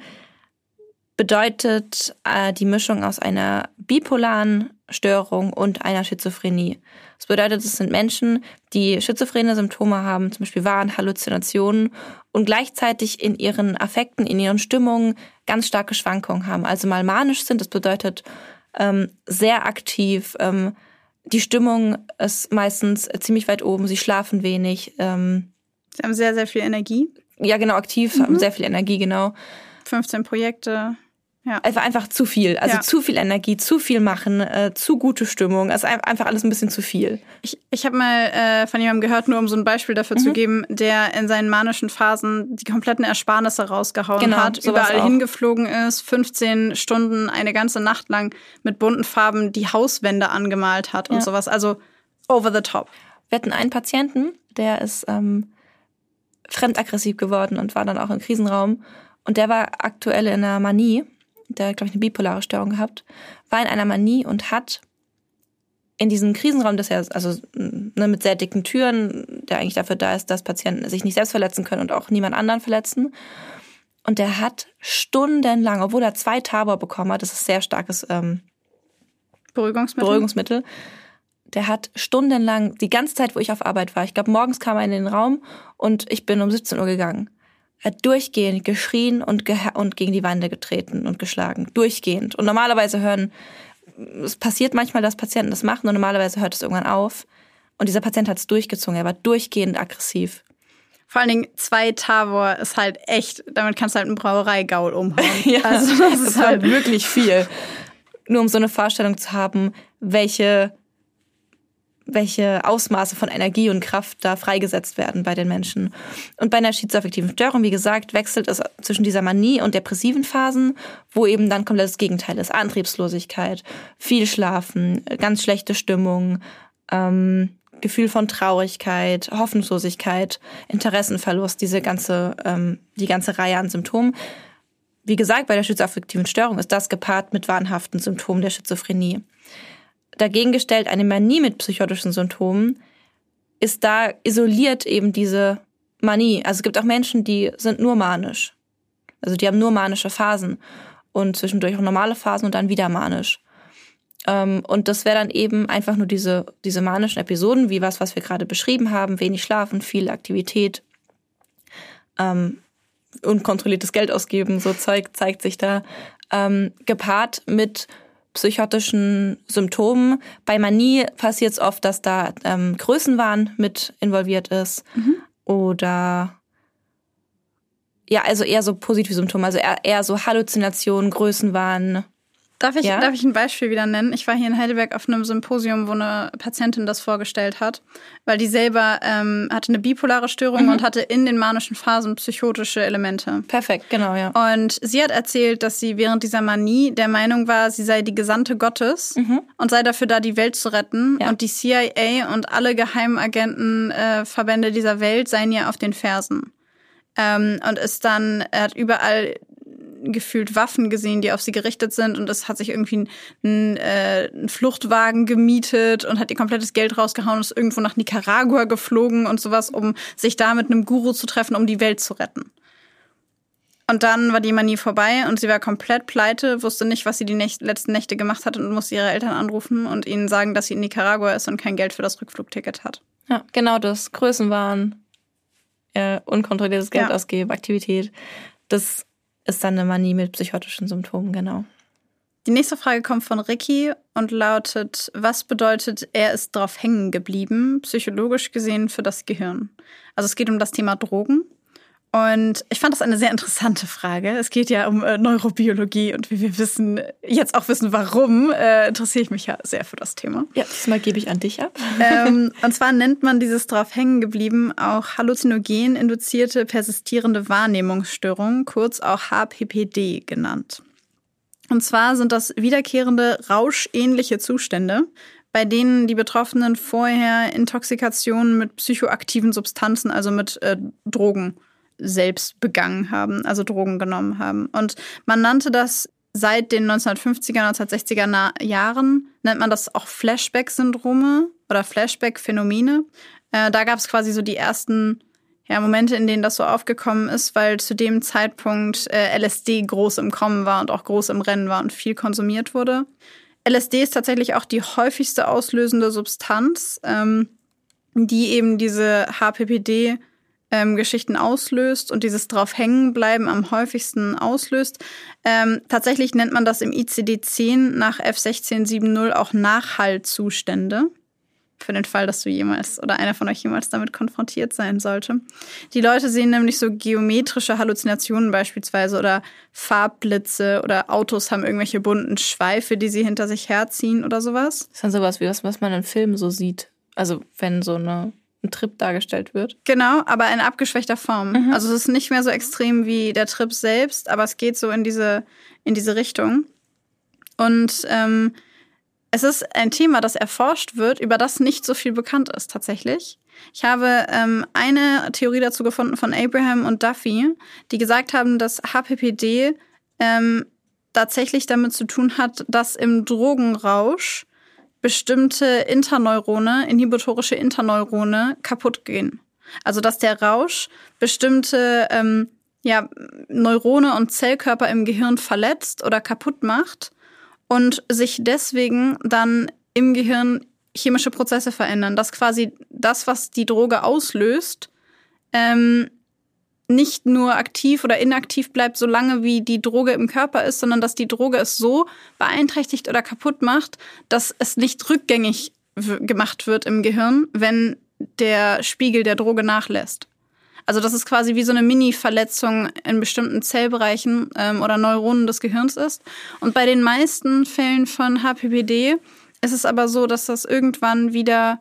bedeutet die Mischung aus einer bipolaren Störung und einer Schizophrenie. Das bedeutet, es sind Menschen, die schizophrene Symptome haben, zum Beispiel Wahn, Halluzinationen und gleichzeitig in ihren Affekten, in ihren Stimmungen ganz starke Schwankungen haben. Also mal manisch sind, das bedeutet sehr aktiv. Die Stimmung ist meistens ziemlich weit oben, sie schlafen wenig. Sie haben sehr, sehr viel Energie. Ja, genau, aktiv, haben sehr viel Energie, genau. 15 Projekte. Ja. Einfach zu viel. Also zu viel Energie, zu viel machen, zu gute Stimmung. Also einfach alles ein bisschen zu viel. Ich habe mal von jemandem gehört, nur um so ein Beispiel dafür zu geben, der in seinen manischen Phasen die kompletten Ersparnisse rausgehauen hat, überall hingeflogen ist, 15 Stunden eine ganze Nacht lang mit bunten Farben die Hauswände angemalt hat und sowas. Also over the top. Wir hatten einen Patienten, der ist fremdaggressiv geworden und war dann auch im Krisenraum. Und der war aktuell in einer Manie. Der hat, glaube ich, eine bipolare Störung gehabt, war in einer Manie und hat in diesem Krisenraum, das ja also mit sehr dicken Türen, der eigentlich dafür da ist, dass Patienten sich nicht selbst verletzen können und auch niemand anderen verletzen. Und der hat stundenlang, obwohl er 2 Tabor bekommen hat, das ist sehr starkes Beruhigungsmittel, der hat stundenlang, die ganze Zeit, wo ich auf Arbeit war, ich glaube, morgens kam er in den Raum und ich bin um 17 Uhr gegangen. Er hat durchgehend geschrien und gegen die Wände getreten und geschlagen. Durchgehend. Und normalerweise es passiert manchmal, dass Patienten das machen und normalerweise hört es irgendwann auf. Und dieser Patient hat es durchgezogen. Er war durchgehend aggressiv. Vor allen Dingen 2 Tabor ist halt echt, damit kannst du halt einen Brauereigaul umhauen. Ja, also das ist halt wirklich viel. Nur um so eine Vorstellung zu haben, welche Ausmaße von Energie und Kraft da freigesetzt werden bei den Menschen. Und bei einer schizoaffektiven Störung, wie gesagt, wechselt es zwischen dieser Manie und depressiven Phasen, wo eben dann komplett das Gegenteil ist. Antriebslosigkeit, viel Schlafen, ganz schlechte Stimmung, Gefühl von Traurigkeit, Hoffnungslosigkeit, Interessenverlust, die ganze Reihe an Symptomen. Wie gesagt, bei der schizoaffektiven Störung ist das gepaart mit wahnhaften Symptomen der Schizophrenie. Dagegen gestellt, eine Manie mit psychotischen Symptomen ist da isoliert eben diese Manie. Also es gibt auch Menschen, die sind nur manisch. Also die haben nur manische Phasen und zwischendurch auch normale Phasen und dann wieder manisch. Und das wäre dann eben einfach nur diese manischen Episoden, wie was wir gerade beschrieben haben, wenig schlafen, viel Aktivität, unkontrolliertes Geld ausgeben, so Zeug zeigt sich da, gepaart mit psychotischen Symptomen. Bei Manie passiert es oft, dass da Größenwahn mit involviert ist oder also eher so positive Symptome, also eher so Halluzinationen, Größenwahn. Darf ich ein Beispiel wieder nennen? Ich war hier in Heidelberg auf einem Symposium, wo eine Patientin das vorgestellt hat, weil die selber hatte eine bipolare Störung und hatte in den manischen Phasen psychotische Elemente. Perfekt, genau, ja. Und sie hat erzählt, dass sie während dieser Manie der Meinung war, sie sei die Gesandte Gottes und sei dafür da, die Welt zu retten. Ja. Und die CIA und alle Geheimagentenverbände dieser Welt seien ihr auf den Fersen. Und er hat überall gefühlt Waffen gesehen, die auf sie gerichtet sind und es hat sich irgendwie ein Fluchtwagen gemietet und hat ihr komplettes Geld rausgehauen und ist irgendwo nach Nicaragua geflogen und sowas, um sich da mit einem Guru zu treffen, um die Welt zu retten. Und dann war die Manie vorbei und sie war komplett pleite, wusste nicht, was sie die letzten Nächte gemacht hat und musste ihre Eltern anrufen und ihnen sagen, dass sie in Nicaragua ist und kein Geld für das Rückflugticket hat. Ja, genau das. Größenwahn, unkontrolliertes Geld ausgeben, Aktivität. Das ist dann eine Manie mit psychotischen Symptomen, genau. Die nächste Frage kommt von Ricky und lautet, was bedeutet, er ist drauf hängen geblieben, psychologisch gesehen für das Gehirn? Also es geht um das Thema Drogen Und ich fand das eine sehr interessante Frage. Es geht ja um Neurobiologie und wie wir jetzt auch wissen, warum, interessiere ich mich ja sehr für das Thema. Ja, diesmal gebe ich an dich ab. Und zwar nennt man dieses drauf hängen geblieben auch halluzinogen-induzierte persistierende Wahrnehmungsstörung, kurz auch HPPD genannt. Und zwar sind das wiederkehrende rauschähnliche Zustände, bei denen die Betroffenen vorher Intoxikationen mit psychoaktiven Substanzen, also mit Drogen, selbst begangen haben, also Drogen genommen haben. Und man nannte das seit den 1950er, 1960er Jahren, nennt man das auch Flashback-Syndrome oder Flashback-Phänomene. Da gab es quasi so die ersten Momente, in denen das so aufgekommen ist, weil zu dem Zeitpunkt LSD groß im Kommen war und auch groß im Rennen war und viel konsumiert wurde. LSD ist tatsächlich auch die häufigste auslösende Substanz, die eben diese HPPD Geschichten auslöst und dieses Draufhängenbleiben am häufigsten auslöst. Tatsächlich nennt man das im ICD-10 nach F1670 auch Nachhallzustände. Für den Fall, dass du jemals oder einer von euch jemals damit konfrontiert sein sollte. Die Leute sehen nämlich so geometrische Halluzinationen beispielsweise oder Farbblitze oder Autos haben irgendwelche bunten Schweife, die sie hinter sich herziehen oder sowas. Das ist dann sowas wie was man in Filmen so sieht. Also wenn so ein Trip dargestellt wird. Genau, aber in abgeschwächter Form. Mhm. Also es ist nicht mehr so extrem wie der Trip selbst, aber es geht so in diese Richtung. Und es ist ein Thema, das erforscht wird, über das nicht so viel bekannt ist tatsächlich. Ich habe eine Theorie dazu gefunden von Abraham und Duffy, die gesagt haben, dass HPPD tatsächlich damit zu tun hat, dass im Drogenrausch bestimmte Interneurone, inhibitorische Interneurone kaputt gehen. Also dass der Rausch bestimmte Neurone und Zellkörper im Gehirn verletzt oder kaputt macht und sich deswegen dann im Gehirn chemische Prozesse verändern. Dass quasi das, was die Droge auslöst, nicht nur aktiv oder inaktiv bleibt, solange wie die Droge im Körper ist, sondern dass die Droge es so beeinträchtigt oder kaputt macht, dass es nicht rückgängig gemacht wird im Gehirn, wenn der Spiegel der Droge nachlässt. Also dass es quasi wie so eine Mini-Verletzung in bestimmten Zellbereichen oder Neuronen des Gehirns ist. Und bei den meisten Fällen von HPPD ist es aber so, dass das irgendwann wieder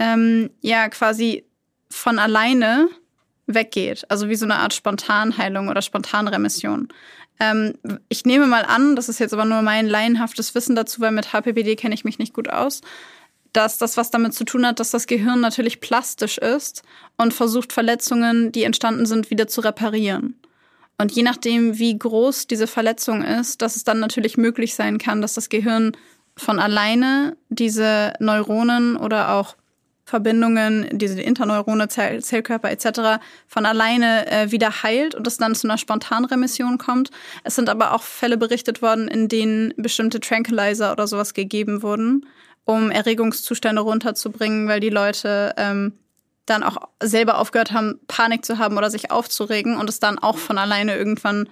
quasi von alleine weggeht. Also wie so eine Art Spontanheilung oder Spontanremission. Ich nehme mal an, das ist jetzt aber nur mein laienhaftes Wissen dazu, weil mit HPPD kenne ich mich nicht gut aus, dass das was damit zu tun hat, dass das Gehirn natürlich plastisch ist und versucht, Verletzungen, die entstanden sind, wieder zu reparieren. Und je nachdem, wie groß diese Verletzung ist, dass es dann natürlich möglich sein kann, dass das Gehirn von alleine diese Neuronen oder auch Verbindungen, diese Interneurone, Zellkörper etc. von alleine wieder heilt und es dann zu einer Spontanremission kommt. Es sind aber auch Fälle berichtet worden, in denen bestimmte Tranquilizer oder sowas gegeben wurden, um Erregungszustände runterzubringen, weil die Leute dann auch selber aufgehört haben, Panik zu haben oder sich aufzuregen und es dann auch von alleine irgendwann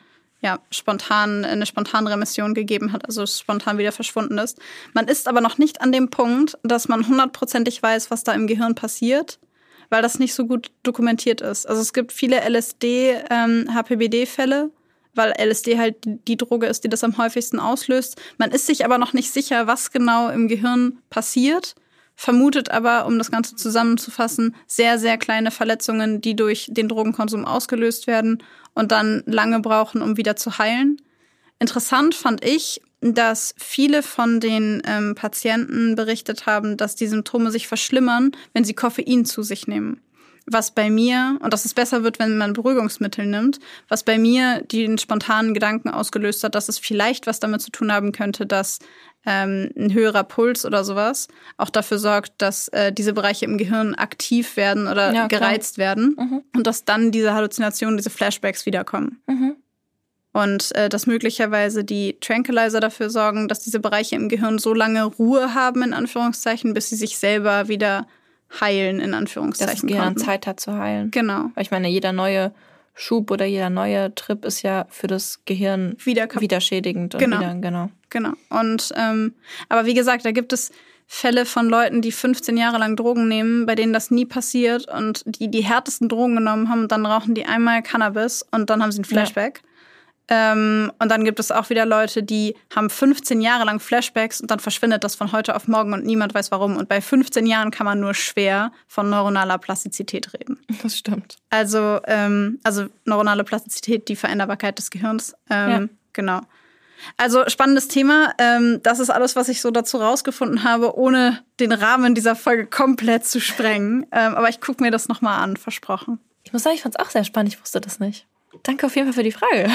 eine Spontanremission gegeben hat, also spontan wieder verschwunden ist. Man ist aber noch nicht an dem Punkt, dass man 100%ig weiß, was da im Gehirn passiert, weil das nicht so gut dokumentiert ist. Also es gibt viele LSD-HPPD-Fälle, weil LSD halt die Droge ist, die das am häufigsten auslöst. Man ist sich aber noch nicht sicher, was genau im Gehirn passiert, vermutet aber, um das Ganze zusammenzufassen, sehr, sehr kleine Verletzungen, die durch den Drogenkonsum ausgelöst werden und dann lange brauchen, um wieder zu heilen. Interessant fand ich, dass viele von den Patienten berichtet haben, dass die Symptome sich verschlimmern, wenn sie Koffein zu sich nehmen. Was bei mir, und dass es besser wird, wenn man Beruhigungsmittel nimmt, was bei mir den spontanen Gedanken ausgelöst hat, dass es vielleicht was damit zu tun haben könnte, dass ein höherer Puls oder sowas auch dafür sorgt, dass diese Bereiche im Gehirn aktiv werden oder gereizt werden und dass dann diese Halluzinationen, diese Flashbacks wiederkommen. Mhm. Und dass möglicherweise die Tranquilizer dafür sorgen, dass diese Bereiche im Gehirn so lange Ruhe haben, in Anführungszeichen, bis sie sich selber wieder heilen, in Anführungszeichen. Dass das Gehirn Zeit hat zu heilen. Genau. Weil ich meine, jeder neue Schub oder jeder neue Trip ist ja für das Gehirn wieder schädigend. Und genau. Und aber wie gesagt, da gibt es Fälle von Leuten, die 15 Jahre lang Drogen nehmen, bei denen das nie passiert und die härtesten Drogen genommen haben und dann rauchen die einmal Cannabis und dann haben sie ein Flashback. Ja. Und dann gibt es auch wieder Leute, die haben 15 Jahre lang Flashbacks und dann verschwindet das von heute auf morgen und niemand weiß warum. Und bei 15 Jahren kann man nur schwer von neuronaler Plastizität reden. Das stimmt. Also neuronale Plastizität, die Veränderbarkeit des Gehirns. Genau. Also spannendes Thema. Das ist alles, was ich so dazu rausgefunden habe, ohne den Rahmen dieser Folge komplett zu sprengen. Aber ich gucke mir das nochmal an, versprochen. Ich muss sagen, ich fand es auch sehr spannend. Ich wusste das nicht. Danke auf jeden Fall für die Frage.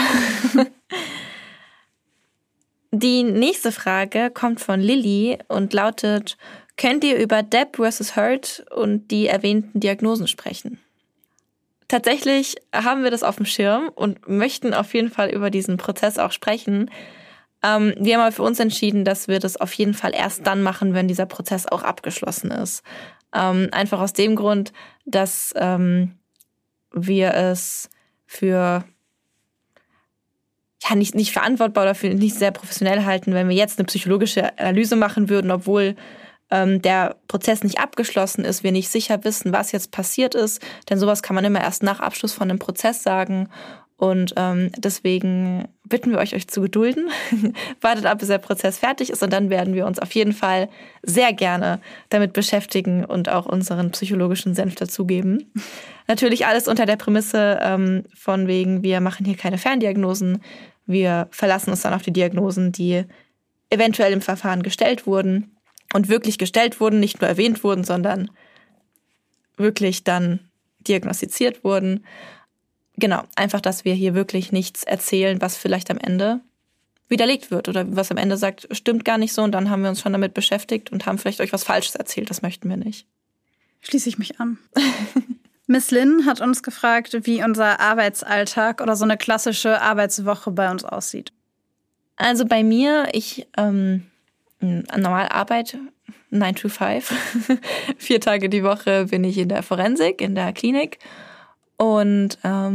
Die nächste Frage kommt von Lilly und lautet: Könnt ihr über Depp vs. Heard und die erwähnten Diagnosen sprechen? Tatsächlich haben wir das auf dem Schirm und möchten auf jeden Fall über diesen Prozess auch sprechen. Wir haben aber für uns entschieden, dass wir das auf jeden Fall erst dann machen, wenn dieser Prozess auch abgeschlossen ist. Einfach aus dem Grund, dass wir es für nicht verantwortbar oder für nicht sehr professionell halten, wenn wir jetzt eine psychologische Analyse machen würden, obwohl der Prozess nicht abgeschlossen ist, wir nicht sicher wissen, was jetzt passiert ist. Denn sowas kann man immer erst nach Abschluss von einem Prozess sagen. Und deswegen bitten wir euch zu gedulden. Wartet ab, bis der Prozess fertig ist. Und dann werden wir uns auf jeden Fall sehr gerne damit beschäftigen und auch unseren psychologischen Senf dazugeben. Natürlich alles unter der Prämisse von wegen, wir machen hier keine Ferndiagnosen. Wir verlassen uns dann auf die Diagnosen, die eventuell im Verfahren gestellt wurden. Und wirklich gestellt wurden, nicht nur erwähnt wurden, sondern wirklich dann diagnostiziert wurden. Genau, einfach, dass wir hier wirklich nichts erzählen, was vielleicht am Ende widerlegt wird oder was am Ende sagt, stimmt gar nicht so und dann haben wir uns schon damit beschäftigt und haben vielleicht euch was Falsches erzählt. Das möchten wir nicht. Schließe ich mich an. Miss Lynn hat uns gefragt, wie unser Arbeitsalltag oder so eine klassische Arbeitswoche bei uns aussieht. Also bei mir, ich normal Arbeit, 9 to 5. 4 Tage die Woche bin ich in der Forensik, in der Klinik. Und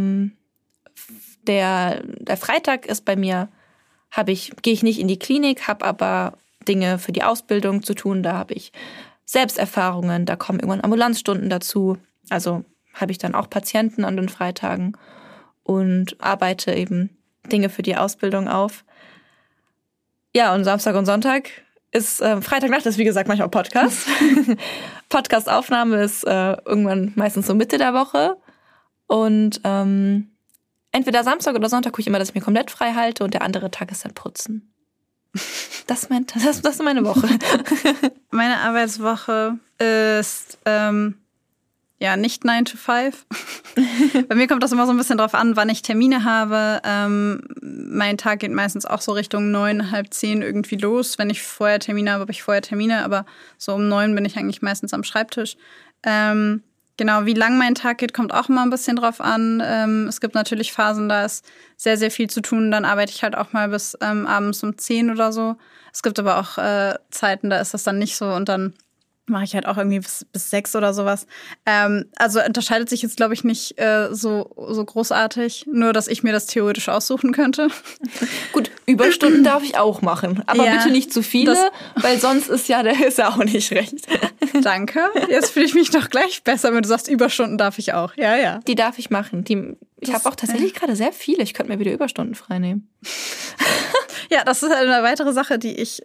der Freitag ist bei mir, gehe ich nicht in die Klinik, habe aber Dinge für die Ausbildung zu tun. Da habe ich Selbsterfahrungen, da kommen irgendwann Ambulanzstunden dazu. Also habe ich dann auch Patienten an den Freitagen und arbeite eben Dinge für die Ausbildung auf. Ja, und Samstag und Sonntag ist Freitagnacht ist, wie gesagt, manchmal Podcast. Podcast-Aufnahme ist irgendwann meistens so Mitte der Woche. Und entweder Samstag oder Sonntag gucke ich immer, dass ich mir komplett frei halte und der andere Tag ist dann Putzen. Das ist meine Woche. Meine Arbeitswoche ist nicht 9 to 5. Bei mir kommt das immer so ein bisschen drauf an, wann ich Termine habe. Mein Tag geht meistens auch so Richtung 9, halb 10 irgendwie los. Wenn ich vorher Termine habe, habe ich vorher Termine. Aber so um 9 bin ich eigentlich meistens am Schreibtisch. Genau, wie lang mein Tag geht, kommt auch immer ein bisschen drauf an. Es gibt natürlich Phasen, da ist sehr, sehr viel zu tun. Dann arbeite ich halt auch mal bis abends um 10 oder so. Es gibt aber auch Zeiten, da ist das dann nicht so und dann mache ich halt auch irgendwie bis 6 oder sowas. Also unterscheidet sich jetzt, glaube ich, nicht so großartig. Nur, dass ich mir das theoretisch aussuchen könnte. Gut, Überstunden darf ich auch machen. Aber bitte nicht zu viele, weil sonst ist ja auch nicht recht. Danke. Jetzt fühle ich mich doch gleich besser, wenn du sagst, Überstunden darf ich auch. Ja, ja. Die darf ich machen. Ich habe auch tatsächlich gerade sehr viele. Ich könnte mir wieder Überstunden freinehmen. Ja, das ist halt eine weitere Sache, die ich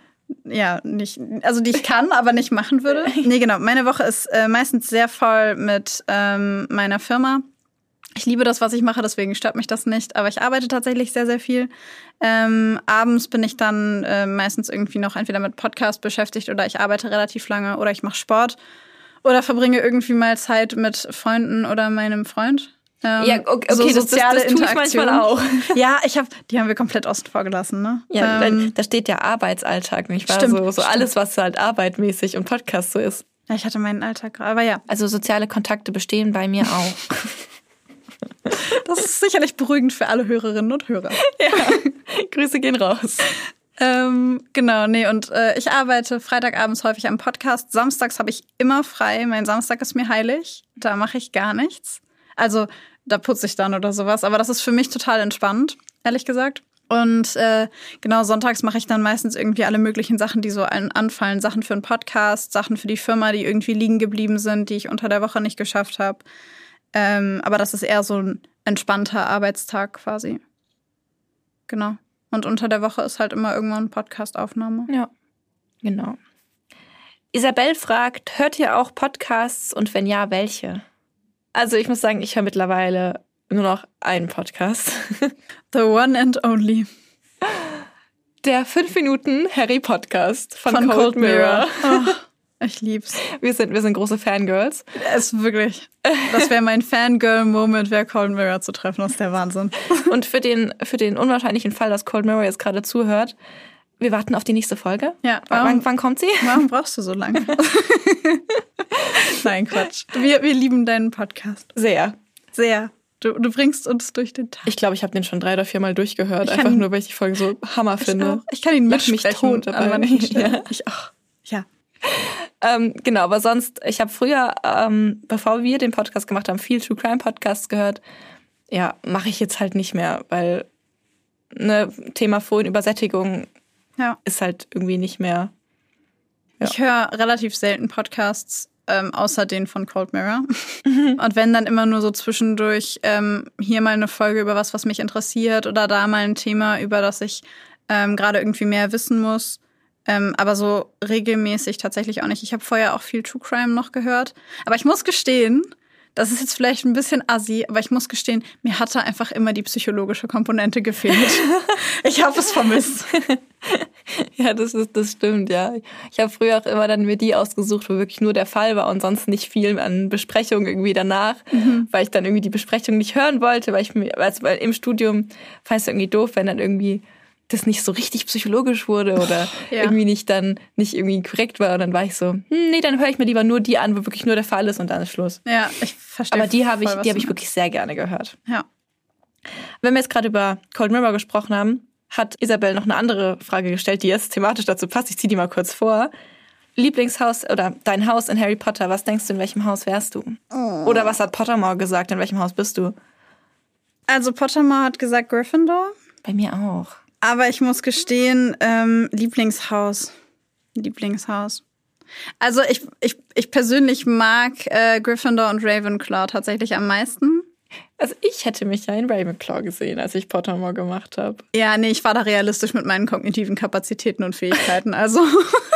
die ich kann, aber nicht machen würde. Nee, genau. Meine Woche ist meistens sehr voll mit meiner Firma. Ich liebe das, was ich mache, deswegen stört mich das nicht. Aber ich arbeite tatsächlich sehr, sehr viel. Abends bin ich dann meistens irgendwie noch entweder mit Podcast beschäftigt oder ich arbeite relativ lange oder ich mache Sport oder verbringe irgendwie mal Zeit mit Freunden oder meinem Freund. Okay, so soziale das tue ich manchmal auch. Ja, die haben wir komplett außen vor gelassen, ne? Ja, da steht ja Arbeitsalltag, nicht wahr? Stimmt, so stimmt. Alles, was halt arbeitmäßig und Podcast so ist. Ja, ich hatte meinen Alltag gerade, aber ja. Also soziale Kontakte bestehen bei mir auch. Das ist sicherlich beruhigend für alle Hörerinnen und Hörer. Ja, Grüße gehen raus. Genau, nee, und ich arbeite Freitagabends häufig am Podcast. Samstags habe ich immer frei. Mein Samstag ist mir heilig. Da mache ich gar nichts. Also da putze ich dann oder sowas. Aber das ist für mich total entspannt, ehrlich gesagt. Und genau, sonntags mache ich dann meistens irgendwie alle möglichen Sachen, die so anfallen. Sachen für einen Podcast, Sachen für die Firma, die irgendwie liegen geblieben sind, die ich unter der Woche nicht geschafft habe. Aber das ist eher so ein entspannter Arbeitstag quasi. Genau. Und unter der Woche ist halt immer irgendwann Podcast-Aufnahme. Ja, genau. Isabel fragt, hört ihr auch Podcasts und wenn ja, welche? Also ich muss sagen, ich höre mittlerweile nur noch einen Podcast. The one and only. Der 5 Minuten Harry Podcast von Cold Mirror. Oh, ich lieb's. Wir sind große Fangirls. Es ist wirklich, das wäre mein Fangirl-Moment, wäre Cold Mirror zu treffen. Das ist der Wahnsinn. Und für den unwahrscheinlichen Fall, dass Cold Mirror jetzt gerade zuhört, wir warten auf die nächste Folge. Ja. Wann kommt sie? Warum brauchst du so lange? Nein, Quatsch. Wir lieben deinen Podcast. Sehr. Sehr. Du bringst uns durch den Tag. Ich glaube, ich habe den schon 3 oder 4 Mal durchgehört. Einfach nur, weil ich die Folge so Hammer finde. Ich kann ihn mich mitsprechen tot an manchen Stellen. Ja. Ich auch. Ja. Genau, aber sonst, ich habe früher, bevor wir den Podcast gemacht haben, viel True Crime Podcasts gehört. Ja, mache ich jetzt halt nicht mehr, weil Thema vorhin Übersättigung ist halt irgendwie nicht mehr. Ja. Ich höre relativ selten Podcasts, außer den von Cold Mirror. Und wenn, dann immer nur so zwischendurch hier mal eine Folge über was mich interessiert oder da mal ein Thema, über das ich gerade irgendwie mehr wissen muss. Aber so regelmäßig tatsächlich auch nicht. Ich habe vorher auch viel True Crime noch gehört. Aber ich muss gestehen, das ist jetzt vielleicht ein bisschen assi, aber ich muss gestehen, mir hatte einfach immer die psychologische Komponente gefehlt. Ich habe es vermisst. Ja, das stimmt, ja. Ich habe früher auch immer dann mir die ausgesucht, wo wirklich nur der Fall war und sonst nicht viel an Besprechungen irgendwie danach, weil ich dann irgendwie die Besprechung nicht hören wollte, weil im Studium fand ich es irgendwie doof, wenn dann irgendwie das nicht so richtig psychologisch wurde oder irgendwie nicht irgendwie korrekt war. Und dann war ich so, nee, dann höre ich mir lieber nur die an, wo wirklich nur der Fall ist und dann ist Schluss. Ja, ich verstehe. Aber die habe ich wirklich sehr gerne gehört. Ja. Wenn wir jetzt gerade über Cold Mirror gesprochen haben, hat Isabel noch eine andere Frage gestellt, die jetzt thematisch dazu passt. Ich ziehe die mal kurz vor. Lieblingshaus oder dein Haus in Harry Potter, was denkst du, in welchem Haus wärst du? Oh. Oder was hat Pottermore gesagt, in welchem Haus bist du? Also Pottermore hat gesagt Gryffindor. Bei mir auch. Aber ich muss gestehen, Lieblingshaus. Also ich persönlich mag Gryffindor und Ravenclaw tatsächlich am meisten. Also ich hätte mich ja in Ravenclaw gesehen, als ich Pottermore gemacht habe. Ja, nee, ich war da realistisch mit meinen kognitiven Kapazitäten und Fähigkeiten. Also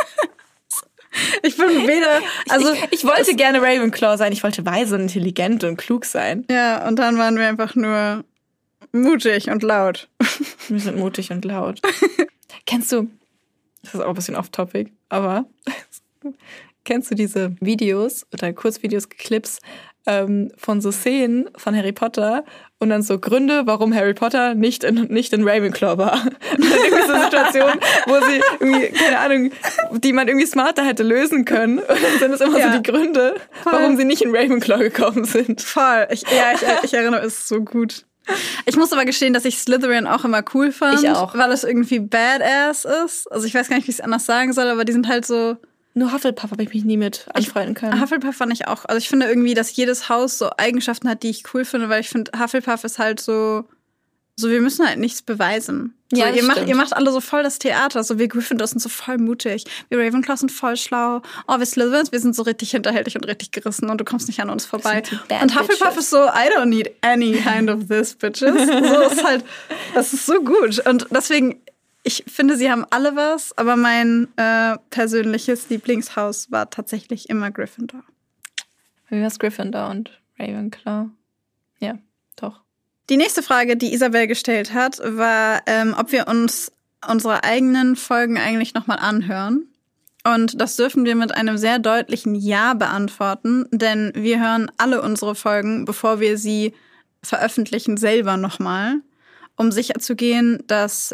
ich bin weder... Also ich wollte gerne Ravenclaw sein. Ich wollte weise und intelligent und klug sein. Ja, und dann waren wir einfach nur mutig und laut. Wir sind mutig und laut. Kennst du, das ist auch ein bisschen off-topic, aber kennst du diese Videos oder Kurzvideos, Clips von so Szenen von Harry Potter und dann so Gründe, warum Harry Potter nicht in Ravenclaw war? Und dann irgendwie so Situationen, wo sie irgendwie, keine Ahnung, die man irgendwie smarter hätte lösen können. Und dann sind es immer so die Gründe, warum sie nicht in Ravenclaw gekommen sind. Voll. Ich erinnere, es ist so gut. Ich muss aber gestehen, dass ich Slytherin auch immer cool fand. Ich auch. Weil es irgendwie badass ist. Also ich weiß gar nicht, wie ich es anders sagen soll, aber die sind halt so... Nur Hufflepuff habe ich mich nie mit anfreunden können. Hufflepuff fand ich auch. Also ich finde irgendwie, dass jedes Haus so Eigenschaften hat, die ich cool finde, weil ich finde, Hufflepuff ist halt so wir müssen halt nichts beweisen. So, ja, ihr macht alle so voll das Theater. So, wir Gryffindor sind so voll mutig. Wir Ravenclaw sind voll schlau. Oh, wir Slytherins, wir sind so richtig hinterhältig und richtig gerissen und du kommst nicht an uns vorbei. Und Hufflepuff ist so, I don't need any kind of this, bitches. So ist halt, das ist so gut. Und deswegen, ich finde, sie haben alle was, aber mein persönliches Lieblingshaus war tatsächlich immer Gryffindor. Wie war's Gryffindor und Ravenclaw? Ja, doch. Die nächste Frage, die Isabel gestellt hat, war, ob wir uns unsere eigenen Folgen eigentlich nochmal anhören. Und das dürfen wir mit einem sehr deutlichen Ja beantworten, denn wir hören alle unsere Folgen, bevor wir sie veröffentlichen, selber nochmal, um sicherzugehen, dass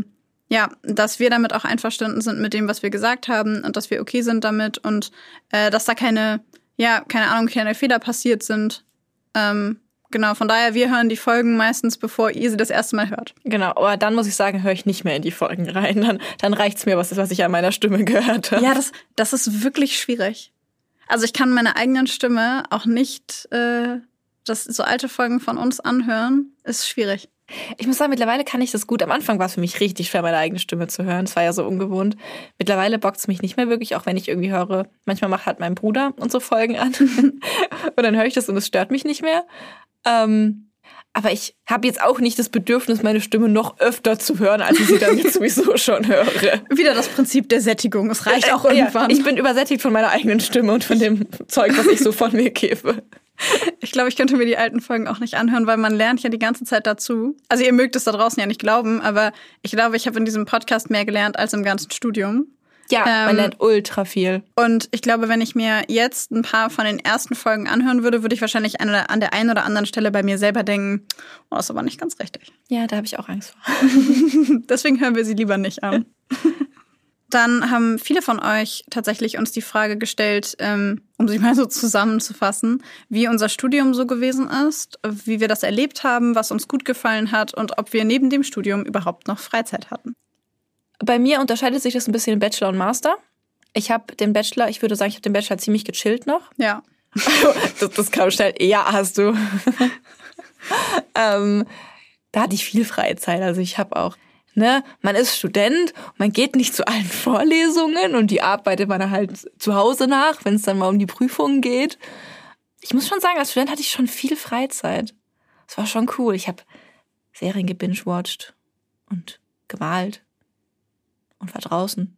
wir damit auch einverstanden sind mit dem, was wir gesagt haben und dass wir okay sind damit und dass da keine Fehler passiert sind. Genau, von daher, wir hören die Folgen meistens, bevor ihr sie das erste Mal hört. Genau, aber dann muss ich sagen, höre ich nicht mehr in die Folgen rein. Dann reicht's mir, was ich an meiner Stimme gehört habe. Ja, das ist wirklich schwierig. Also ich kann meine eigenen Stimme auch nicht, so alte Folgen von uns anhören, ist schwierig. Ich muss sagen, mittlerweile kann ich das gut. Am Anfang war es für mich richtig schwer, meine eigene Stimme zu hören. Es war ja so ungewohnt. Mittlerweile bockt es mich nicht mehr wirklich, auch wenn ich irgendwie höre, manchmal macht halt mein Bruder und so Folgen an. Und dann höre ich das und es stört mich nicht mehr. Aber ich habe jetzt auch nicht das Bedürfnis, meine Stimme noch öfter zu hören, als ich sie dann jetzt sowieso schon höre. Wieder das Prinzip der Sättigung. Es reicht auch irgendwann. Ja, ich bin übersättigt von meiner eigenen Stimme und von dem Zeug, was ich so von mir gebe. Ich glaube, ich könnte mir die alten Folgen auch nicht anhören, weil man lernt ja die ganze Zeit dazu. Also ihr mögt es da draußen ja nicht glauben, aber ich glaube, ich habe in diesem Podcast mehr gelernt als im ganzen Studium. Ja, man lernt ultra viel. Und ich glaube, wenn ich mir jetzt ein paar von den ersten Folgen anhören würde, würde ich wahrscheinlich an der einen oder anderen Stelle bei mir selber denken, oh, das ist aber nicht ganz richtig. Ja, da habe ich auch Angst vor. Deswegen hören wir sie lieber nicht an. Dann haben viele von euch tatsächlich uns die Frage gestellt, um sich mal so zusammenzufassen, wie unser Studium so gewesen ist, wie wir das erlebt haben, was uns gut gefallen hat und ob wir neben dem Studium überhaupt noch Freizeit hatten. Bei mir unterscheidet sich das ein bisschen in Bachelor und Master. Ich habe den Bachelor ziemlich gechillt noch. Ja. Das kam schnell. Ja, hast du. Da hatte ich viel Freizeit. Also ich habe auch, man ist Student, man geht nicht zu allen Vorlesungen und die arbeitet man halt zu Hause nach, wenn es dann mal um die Prüfungen geht. Ich muss schon sagen, als Student hatte ich schon viel Freizeit. Das war schon cool. Ich habe Serien gebingewatcht und gemalt. Und war draußen.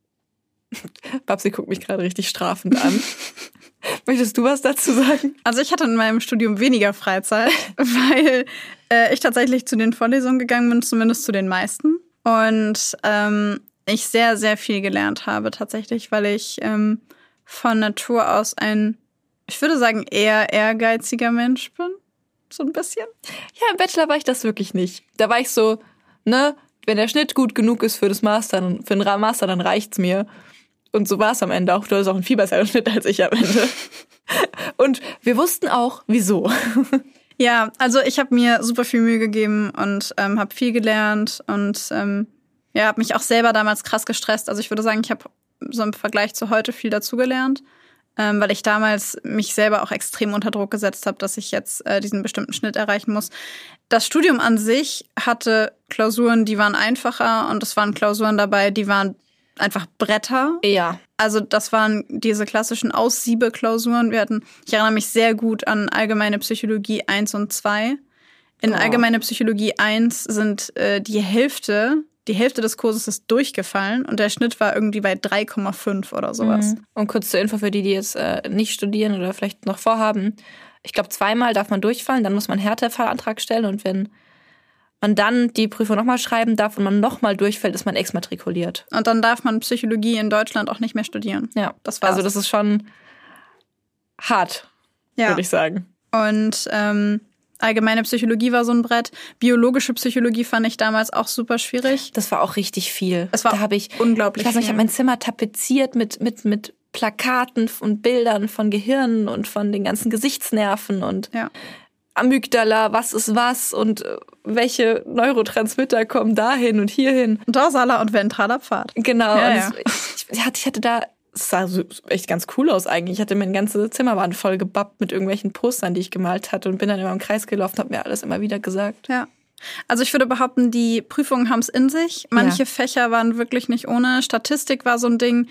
Babsi guckt mich gerade richtig strafend an. Möchtest du was dazu sagen? Also ich hatte in meinem Studium weniger Freizeit, weil ich tatsächlich zu den Vorlesungen gegangen bin, zumindest zu den meisten. Und ich sehr, sehr viel gelernt habe tatsächlich, weil ich von Natur aus ich würde sagen, eher ehrgeiziger Mensch bin. So ein bisschen. Ja, im Bachelor war ich das wirklich nicht. Da war ich so, wenn der Schnitt gut genug ist für den Master, dann reicht's mir. Und so war es am Ende auch. Du hattest auch einen viel besseren Schnitt als ich am Ende. Und wir wussten auch, wieso. Ja, also ich habe mir super viel Mühe gegeben und habe viel gelernt und habe mich auch selber damals krass gestresst. Also ich würde sagen, ich habe so im Vergleich zu heute viel dazugelernt, weil ich damals mich selber auch extrem unter Druck gesetzt habe, dass ich jetzt diesen bestimmten Schnitt erreichen muss. Das Studium an sich hatte Klausuren, die waren einfacher und es waren Klausuren dabei, die waren einfach Bretter. Ja. Also das waren diese klassischen Aussiebeklausuren. Ich erinnere mich sehr gut an Allgemeine Psychologie 1 und 2. In Allgemeine Psychologie 1 sind die Hälfte des Kurses ist durchgefallen und der Schnitt war irgendwie bei 3,5 oder sowas. Und kurz zur Info für die jetzt nicht studieren oder vielleicht noch vorhaben. Ich glaube, 2-mal darf man durchfallen, dann muss man einen Härtefallantrag stellen und wenn man dann die Prüfung nochmal schreiben darf und man nochmal durchfällt, ist man exmatrikuliert. Und dann darf man Psychologie in Deutschland auch nicht mehr studieren. Ja, das war's. Also das ist schon hart, würde ich sagen. Und Allgemeine Psychologie war so ein Brett. Biologische Psychologie fand ich damals auch super schwierig. Das war auch richtig viel. Das war unglaublich viel. Ich habe mein Zimmer tapeziert mit Plakaten und Bildern von Gehirnen und von den ganzen Gesichtsnerven und Amygdala, was ist was und welche Neurotransmitter kommen dahin und hierhin. Dorsaler und ventraler Pfad. Genau. Ja, und ich hatte da, es sah so echt ganz cool aus eigentlich. Ich hatte meine ganze Zimmerwand voll gebappt mit irgendwelchen Postern, die ich gemalt hatte und bin dann immer im Kreis gelaufen, habe mir alles immer wieder gesagt. Ja. Also ich würde behaupten, die Prüfungen haben es in sich. Manche Fächer waren wirklich nicht ohne. Statistik war so ein Ding.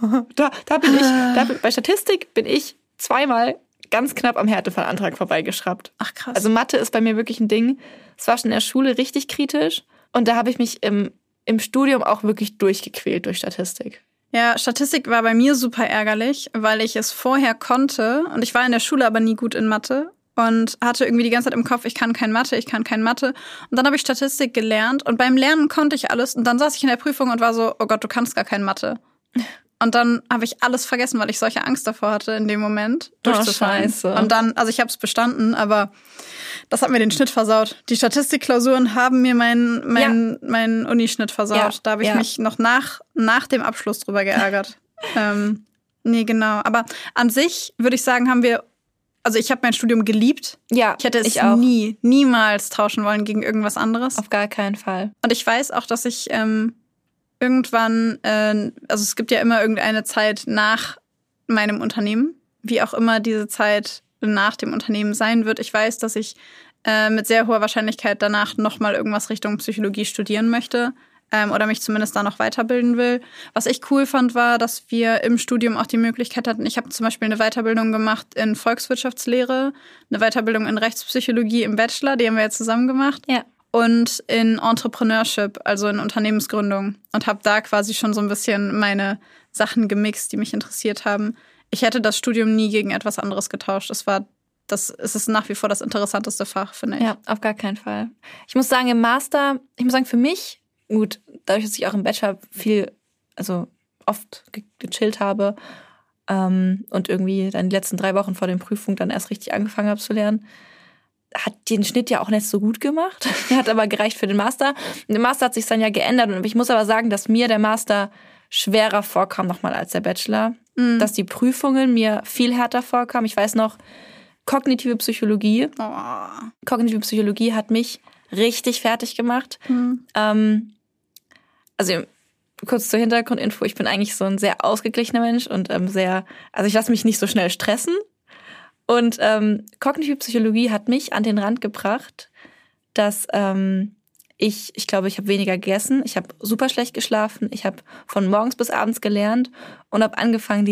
Bei Statistik bin ich 2-mal ganz knapp am Härtefallantrag vorbeigeschraubt. Ach krass. Also Mathe ist bei mir wirklich ein Ding. Es war schon in der Schule richtig kritisch und da habe ich mich im Studium auch wirklich durchgequält durch Statistik. Ja, Statistik war bei mir super ärgerlich, weil ich es vorher konnte und ich war in der Schule aber nie gut in Mathe und hatte irgendwie die ganze Zeit im Kopf, ich kann kein Mathe. Und dann habe ich Statistik gelernt und beim Lernen konnte ich alles und dann saß ich in der Prüfung und war so, oh Gott, du kannst gar kein Mathe. Und dann habe ich alles vergessen, weil ich solche Angst davor hatte in dem Moment, durchzufallen. Scheiße. Und dann, also ich habe es bestanden, aber das hat mir den Schnitt versaut. Die Statistikklausuren haben mir meinen Unischnitt versaut. Ja. Da habe ich mich noch nach dem Abschluss drüber geärgert. Nee, genau. Aber an sich würde ich sagen, ich habe mein Studium geliebt. Ja, ich hätte es niemals tauschen wollen gegen irgendwas anderes. Auf gar keinen Fall. Und ich weiß auch, dass ich irgendwann, also es gibt ja immer irgendeine Zeit nach meinem Unternehmen, wie auch immer diese Zeit nach dem Unternehmen sein wird. Ich weiß, dass ich mit sehr hoher Wahrscheinlichkeit danach nochmal irgendwas Richtung Psychologie studieren möchte. Oder mich zumindest da noch weiterbilden will. Was ich cool fand, war, dass wir im Studium auch die Möglichkeit hatten, ich habe zum Beispiel eine Weiterbildung gemacht in Volkswirtschaftslehre, eine Weiterbildung in Rechtspsychologie im Bachelor, die haben wir jetzt zusammen gemacht. Ja. Und in Entrepreneurship, also in Unternehmensgründung. Und habe da quasi schon so ein bisschen meine Sachen gemixt, die mich interessiert haben. Ich hätte das Studium nie gegen etwas anderes getauscht. Es ist nach wie vor das interessanteste Fach, finde ich. Ja, auf gar keinen Fall. Ich muss sagen, im Master, für mich, gut, dadurch, dass ich auch im Bachelor oft gechillt habe und irgendwie dann die letzten 3 Wochen vor den Prüfungen dann erst richtig angefangen habe zu lernen, hat den Schnitt ja auch nicht so gut gemacht. Hat aber gereicht für den Master. Und im Master hat sich dann ja geändert. Und ich muss aber sagen, dass mir der Master schwerer vorkam nochmal als der Bachelor. Mhm. Dass die Prüfungen mir viel härter vorkamen. Ich weiß noch, kognitive Psychologie. Oh. Kognitive Psychologie hat mich richtig fertig gemacht. Mhm. Kurz zur Hintergrundinfo, ich bin eigentlich so ein sehr ausgeglichener Mensch und ich lasse mich nicht so schnell stressen. Und kognitive Psychologie hat mich an den Rand gebracht, dass ich glaube, ich habe weniger gegessen, ich habe super schlecht geschlafen, ich habe von morgens bis abends gelernt und habe angefangen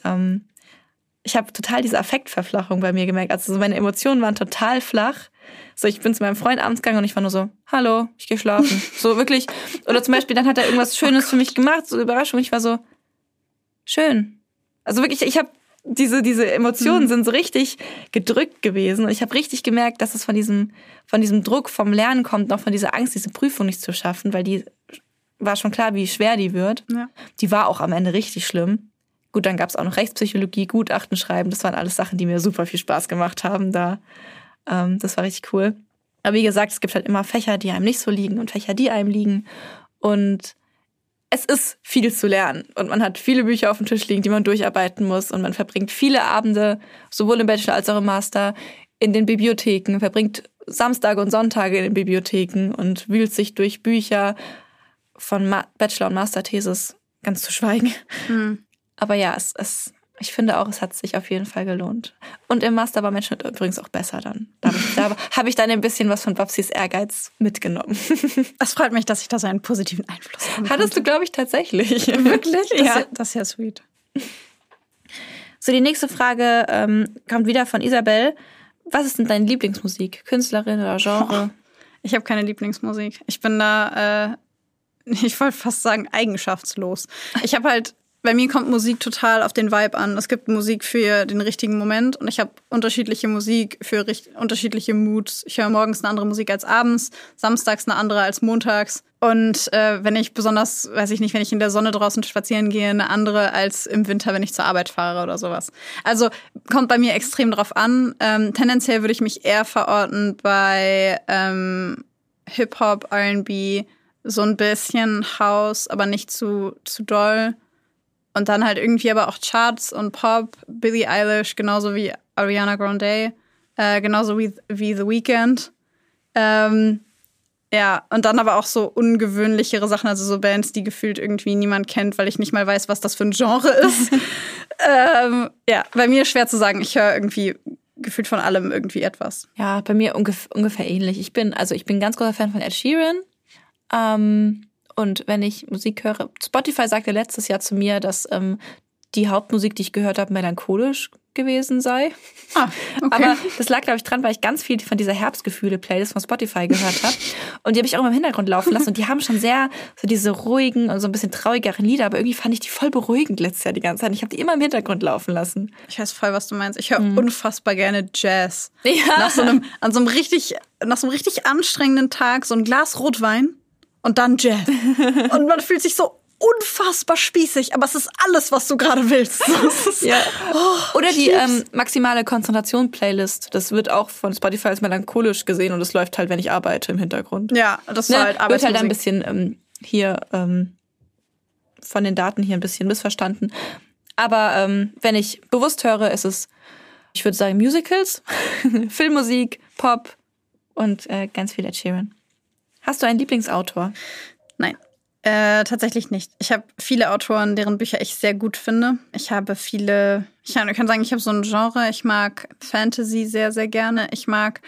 ich habe total diese Affektverflachung bei mir gemerkt. Also meine Emotionen waren total flach. So, ich bin zu meinem Freund abends gegangen und ich war nur so, hallo, ich gehe schlafen. So wirklich. Oder zum Beispiel, dann hat er irgendwas Schönes für mich gemacht, so Überraschung. Ich war so, schön. Also wirklich, ich habe diese Emotionen sind so richtig gedrückt gewesen. Und ich habe richtig gemerkt, dass es von diesem Druck vom Lernen kommt, noch von dieser Angst, diese Prüfung nicht zu schaffen, weil die war schon klar, wie schwer die wird. Ja. Die war auch am Ende richtig schlimm. Gut, dann gab es auch noch Rechtspsychologie, Gutachten schreiben. Das waren alles Sachen, die mir super viel Spaß gemacht haben da. Das war richtig cool. Aber wie gesagt, es gibt halt immer Fächer, die einem nicht so liegen und Fächer, die einem liegen. Und es ist viel zu lernen. Und man hat viele Bücher auf dem Tisch liegen, die man durcharbeiten muss. Und man verbringt viele Abende, sowohl im Bachelor als auch im Master, in den Bibliotheken, verbringt Samstage und Sonntage in den Bibliotheken und wühlt sich durch Bücher von Bachelor- und Masterthesis, ganz zu schweigen. Mhm. Aber ja, ich finde auch, es hat sich auf jeden Fall gelohnt. Und im Master war mein Schnitt übrigens auch besser dann. Da habe ich dann ein bisschen was von Babsis Ehrgeiz mitgenommen. Es freut mich, dass ich da so einen positiven Einfluss habe. Hattest du, glaube ich, tatsächlich. Wirklich? Ja. Das ist ja sweet. So, die nächste Frage kommt wieder von Isabel. Was ist denn deine Lieblingsmusik? Künstlerin oder Genre? Ich habe keine Lieblingsmusik. Ich bin da, ich wollte fast sagen, eigenschaftslos. Ich habe halt, bei mir kommt Musik total auf den Vibe an. Es gibt Musik für den richtigen Moment und ich habe unterschiedliche Musik für unterschiedliche Moods. Ich höre morgens eine andere Musik als abends, samstags eine andere als montags. Und wenn ich besonders, weiß ich nicht, wenn ich in der Sonne draußen spazieren gehe, eine andere als im Winter, wenn ich zur Arbeit fahre oder sowas. Also kommt bei mir extrem drauf an. Tendenziell würde ich mich eher verorten bei Hip-Hop, R&B, so ein bisschen House, aber nicht zu doll. Und dann halt irgendwie aber auch Charts und Pop, Billie Eilish, genauso wie Ariana Grande, genauso wie The Weeknd. Ja, und dann aber auch so ungewöhnlichere Sachen, also so Bands, die gefühlt irgendwie niemand kennt, weil ich nicht mal weiß, was das für ein Genre ist. Ja, bei mir schwer zu sagen. Ich höre irgendwie gefühlt von allem irgendwie etwas. Ja, bei mir ungefähr ähnlich. Ich bin ganz großer Fan von Ed Sheeran. Und wenn ich Musik höre, Spotify sagte letztes Jahr zu mir, dass die Hauptmusik, die ich gehört habe, melancholisch gewesen sei. Ah, okay. Aber das lag, glaube ich, dran, weil ich ganz viel von dieser Herbstgefühle-Playlist von Spotify gehört habe. Und die habe ich auch immer im Hintergrund laufen lassen. Und die haben schon sehr so diese ruhigen und so ein bisschen traurigeren Lieder. Aber irgendwie fand ich die voll beruhigend letztes Jahr die ganze Zeit. Ich habe die immer im Hintergrund laufen lassen. Ich weiß voll, was du meinst. Ich höre unfassbar gerne Jazz. Ja. Nach so einem richtig anstrengenden Tag so ein Glas Rotwein. Und dann Jazz. Und man fühlt sich so unfassbar spießig, aber es ist alles, was du gerade willst. Ja. Oder die maximale Konzentration-Playlist. Das wird auch von Spotify als melancholisch gesehen und es läuft halt, wenn ich arbeite im Hintergrund. Ja, das war halt Arbeitsmusik. Wird halt ein bisschen von den Daten hier ein bisschen missverstanden. Aber wenn ich bewusst höre, ist es, ich würde sagen, Musicals, Filmmusik, Pop und ganz viel Ed Sheeran. Hast du einen Lieblingsautor? Nein, tatsächlich nicht. Ich habe viele Autoren, deren Bücher ich sehr gut finde. Ich kann sagen, ich habe so ein Genre. Ich mag Fantasy sehr, sehr gerne. Ich mag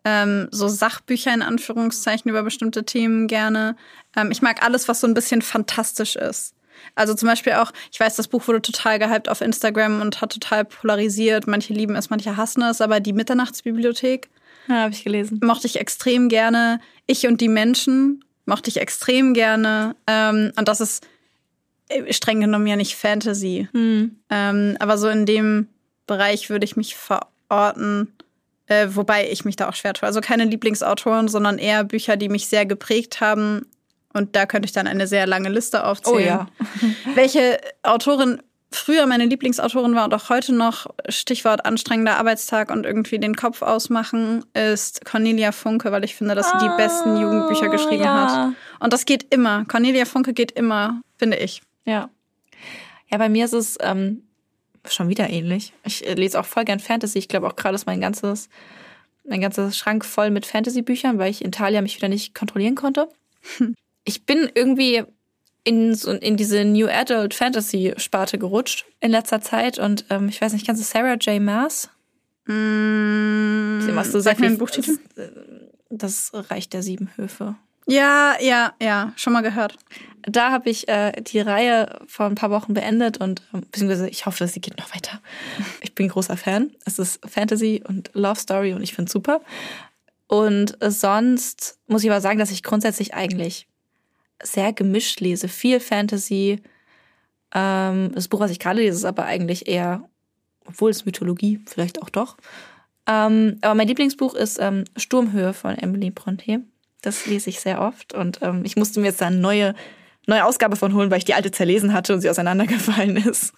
so Sachbücher in Anführungszeichen über bestimmte Themen gerne. Ich mag alles, was so ein bisschen fantastisch ist. Also zum Beispiel auch, ich weiß, das Buch wurde total gehypt auf Instagram und hat total polarisiert. Manche lieben es, manche hassen es, aber die Mitternachtsbibliothek habe ich gelesen. Mochte ich extrem gerne. Ich und die Menschen mochte ich extrem gerne. Und das ist streng genommen ja nicht Fantasy. Aber so in dem Bereich würde ich mich verorten, wobei ich mich da auch schwer tue. Also keine Lieblingsautoren, sondern eher Bücher, die mich sehr geprägt haben. Und da könnte ich dann eine sehr lange Liste aufzählen. Oh ja. Welche Autorin früher meine Lieblingsautorin war und auch heute noch, Stichwort anstrengender Arbeitstag und irgendwie den Kopf ausmachen, ist Cornelia Funke, weil ich finde, dass sie die besten Jugendbücher geschrieben hat. Und das geht immer. Cornelia Funke geht immer, finde ich. Ja. Ja, bei mir ist es schon wieder ähnlich. Ich lese auch voll gern Fantasy. Ich glaube auch gerade ist mein ganzes Schrank voll mit Fantasy-Büchern, weil ich in Thalia mich wieder nicht kontrollieren konnte. Ich bin irgendwie in diese New Adult Fantasy Sparte gerutscht in letzter Zeit und ich weiß nicht, kennst du Sarah J. Maas? Sag mir einen Buchtitel. Das Reich der 7 Höfe. Ja, schon mal gehört. Da habe ich die Reihe vor ein paar Wochen beendet und beziehungsweise ich hoffe, sie geht noch weiter. Ich bin großer Fan. Es ist Fantasy und Love Story und ich finde es super. Und sonst muss ich aber sagen, dass ich grundsätzlich eigentlich sehr gemischt lese. Viel Fantasy. Das Buch, was ich gerade lese, ist aber eigentlich eher, obwohl es Mythologie, vielleicht auch doch. Aber mein Lieblingsbuch ist Sturmhöhe von Emily Brontë. Das lese ich sehr oft und ich musste mir jetzt da eine neue Ausgabe von holen, weil ich die alte zerlesen hatte und sie auseinandergefallen ist.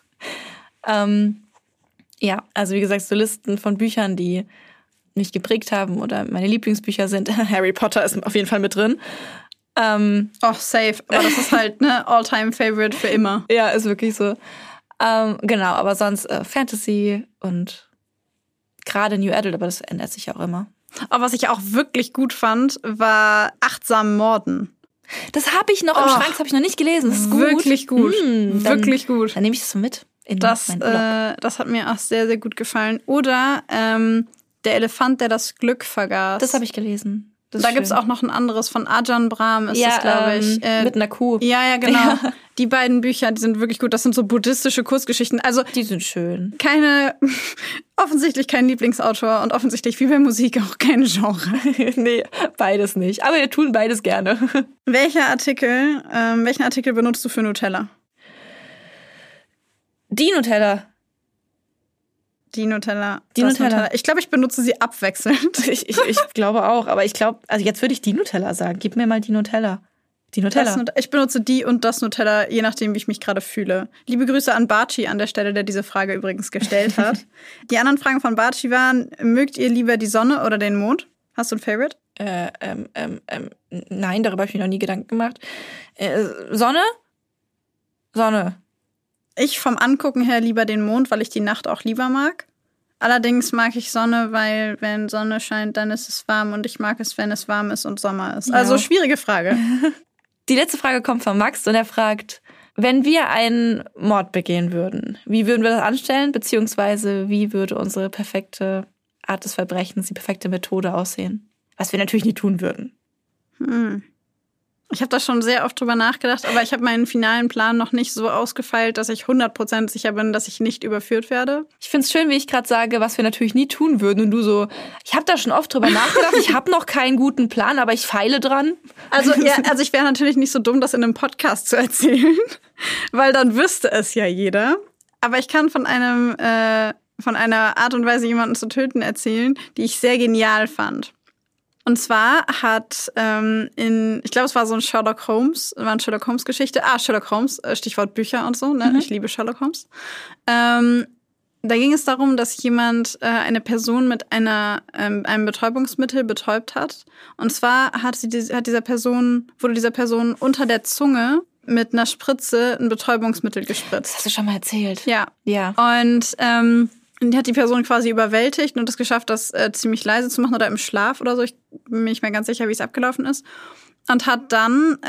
Ja, also wie gesagt, so Listen von Büchern, die mich geprägt haben oder meine Lieblingsbücher sind. Harry Potter ist auf jeden Fall mit drin. Safe. Aber das ist halt All-Time-Favorite für immer. Ja, ist wirklich so. Genau, aber sonst Fantasy und gerade New Adult, aber das ändert sich auch immer. Aber was ich auch wirklich gut fand, war Achtsam Morden. Das habe ich noch im Schrank, das habe ich noch nicht gelesen. Das ist gut. Wirklich gut. Wirklich gut. Dann nehme ich das so mit in meinen Urlaub. Das hat mir auch sehr, sehr gut gefallen. Oder Der Elefant, der das Glück vergaß. Das habe ich gelesen. Da gibt's auch noch ein anderes von Ajahn Brahm, ist das, glaube ich. Mit einer Kuh. Ja, genau. Ja. Die beiden Bücher, die sind wirklich gut. Das sind so buddhistische Kurzgeschichten. Also die sind schön. Offensichtlich kein Lieblingsautor und offensichtlich wie bei Musik auch kein Genre. Nee, beides nicht. Aber wir tun beides gerne. Welchen Artikel benutzt du für Nutella? Die Nutella. Die Nutella. Ich glaube, ich benutze sie abwechselnd. Ich glaube auch, aber ich glaube, also jetzt würde ich die Nutella sagen. Gib mir mal die Nutella. Die Nutella. Ich benutze die und das Nutella, je nachdem, wie ich mich gerade fühle. Liebe Grüße an Barchi an der Stelle, der diese Frage übrigens gestellt hat. Die anderen Fragen von Barchi waren, mögt ihr lieber die Sonne oder den Mond? Hast du ein Favorite? Nein, darüber habe ich mir noch nie Gedanken gemacht. Sonne? Ich vom Angucken her lieber den Mond, weil ich die Nacht auch lieber mag. Allerdings mag ich Sonne, weil wenn Sonne scheint, dann ist es warm und ich mag es, wenn es warm ist und Sommer ist. Ja. Also schwierige Frage. Die letzte Frage kommt von Max und er fragt, wenn wir einen Mord begehen würden, wie würden wir das anstellen, beziehungsweise wie würde unsere perfekte Art des Verbrechens, die perfekte Methode aussehen? Was wir natürlich nie tun würden. Ich habe da schon sehr oft drüber nachgedacht, aber ich habe meinen finalen Plan noch nicht so ausgefeilt, dass ich 100% sicher bin, dass ich nicht überführt werde. Ich find's schön, wie ich gerade sage, was wir natürlich nie tun würden. Und du so, ich habe da schon oft drüber nachgedacht, ich habe noch keinen guten Plan, aber ich feile dran. Also ich wäre natürlich nicht so dumm, das in einem Podcast zu erzählen, weil dann wüsste es ja jeder. Aber ich kann von einer Art und Weise, jemanden zu töten, erzählen, die ich sehr genial fand. Und zwar hat ich glaube, es war so eine Sherlock Holmes-Geschichte. Sherlock Holmes, Stichwort Bücher und so, ne? Ich liebe Sherlock Holmes. Da ging es darum, dass jemand eine Person mit einem Betäubungsmittel betäubt hat. Und zwar wurde dieser Person unter der Zunge mit einer Spritze ein Betäubungsmittel gespritzt. Das hast du schon mal erzählt. Ja. Und die hat die Person quasi überwältigt und es geschafft, das ziemlich leise zu machen oder im Schlaf oder so. Ich bin mir nicht mehr ganz sicher, wie es abgelaufen ist. Und hat dann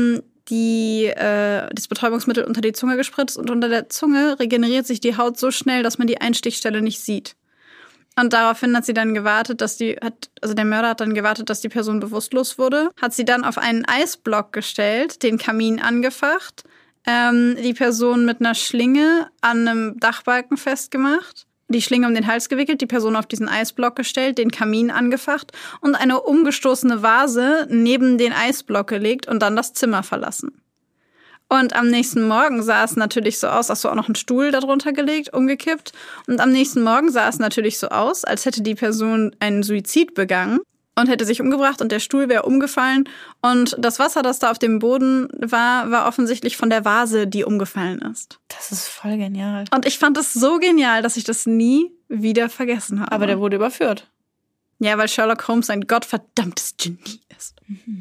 das Betäubungsmittel unter die Zunge gespritzt. Und unter der Zunge regeneriert sich die Haut so schnell, dass man die Einstichstelle nicht sieht. Und daraufhin hat sie dann gewartet, der Mörder hat dann gewartet, dass die Person bewusstlos wurde, hat sie dann auf einen Eisblock gestellt, den Kamin angefacht, die Person mit einer Schlinge an einem Dachbalken festgemacht, die Schlinge um den Hals gewickelt, die Person auf diesen Eisblock gestellt, den Kamin angefacht und eine umgestoßene Vase neben den Eisblock gelegt und dann das Zimmer verlassen. Und am nächsten Morgen sah es natürlich so aus, auch noch einen Stuhl darunter gelegt, umgekippt. Und am nächsten Morgen sah es natürlich so aus, als hätte die Person einen Suizid begangen und hätte sich umgebracht und der Stuhl wäre umgefallen. Und das Wasser, das da auf dem Boden war offensichtlich von der Vase, die umgefallen ist. Das ist voll genial. Und ich fand es so genial, dass ich das nie wieder vergessen habe. Aber der wurde überführt. Ja, weil Sherlock Holmes ein gottverdammtes Genie ist.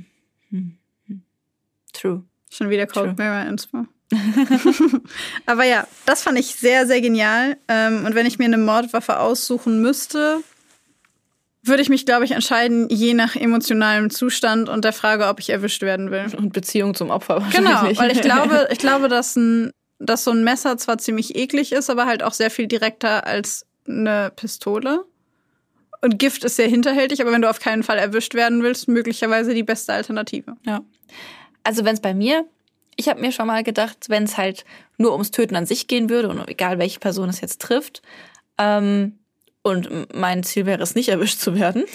True. Schon wieder Cold Mirror Inspo. Aber ja, das fand ich sehr, sehr genial. Und wenn ich mir eine Mordwaffe aussuchen müsste, würde ich mich, glaube ich, entscheiden, je nach emotionalem Zustand und der Frage, ob ich erwischt werden will. Und Beziehung zum Opfer wahrscheinlich. Genau, weil ich glaube, dass so ein Messer zwar ziemlich eklig ist, aber halt auch sehr viel direkter als eine Pistole. Und Gift ist sehr hinterhältig, aber wenn du auf keinen Fall erwischt werden willst, möglicherweise die beste Alternative. Ja. Also wenn es bei mir, ich habe mir schon mal gedacht, wenn es halt nur ums Töten an sich gehen würde und egal welche Person es jetzt trifft, und mein Ziel wäre es nicht, erwischt zu werden,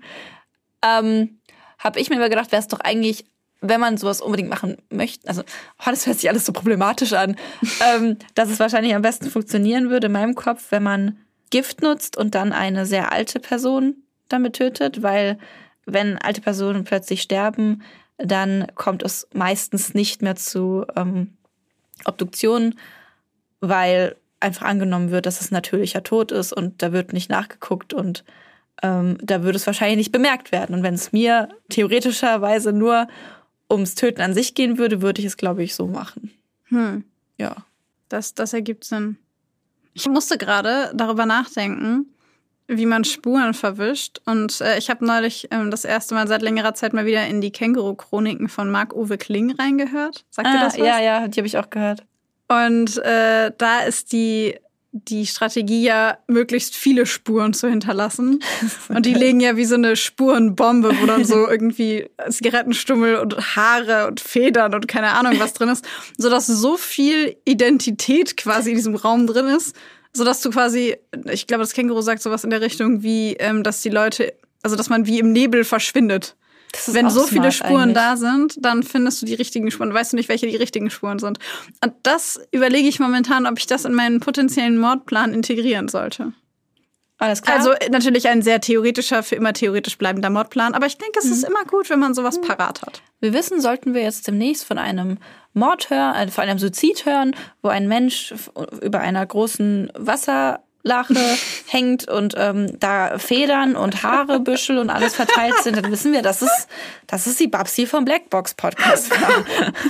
habe ich mir immer gedacht, wäre es doch eigentlich, wenn man sowas unbedingt machen möchte, also das hört sich alles so problematisch an, dass es wahrscheinlich am besten funktionieren würde in meinem Kopf, wenn man Gift nutzt und dann eine sehr alte Person damit tötet, weil wenn alte Personen plötzlich sterben, dann kommt es meistens nicht mehr zu Obduktionen, weil einfach angenommen wird, dass es natürlicher Tod ist und da wird nicht nachgeguckt und da würde es wahrscheinlich nicht bemerkt werden. Und wenn es mir theoretischerweise nur ums Töten an sich gehen würde, würde ich es, glaube ich, so machen. Ja. Das ergibt Sinn. Ich musste gerade darüber nachdenken, wie man Spuren verwischt. Und ich habe neulich das erste Mal seit längerer Zeit mal wieder in die Känguru-Chroniken von Marc-Uwe Kling reingehört. Sagt ihr das was? Ja, die habe ich auch gehört. Und da ist die Strategie ja, möglichst viele Spuren zu hinterlassen. Und die legen ja wie so eine Spurenbombe, wo dann so irgendwie Zigarettenstummel und Haare und Federn und keine Ahnung was drin ist, sodass so viel Identität quasi in diesem Raum drin ist, sodass du quasi, ich glaube, das Känguru sagt sowas in der Richtung wie, dass die Leute, also dass man wie im Nebel verschwindet. Wenn so viele Spuren da sind, dann findest du die richtigen Spuren. Weißt du nicht, welche die richtigen Spuren sind. Und das überlege ich momentan, ob ich das in meinen potenziellen Mordplan integrieren sollte. Alles klar. Also natürlich ein sehr theoretischer, für immer theoretisch bleibender Mordplan. Aber ich denke, es ist immer gut, wenn man sowas parat hat. Wir wissen, sollten wir jetzt demnächst von einem Mord hören, von einem Suizid hören, wo ein Mensch über einer großen Wasserlache hängt und da Federn und Haarebüschel und alles verteilt sind, dann wissen wir, dass es die Babsi vom Blackbox Podcast war.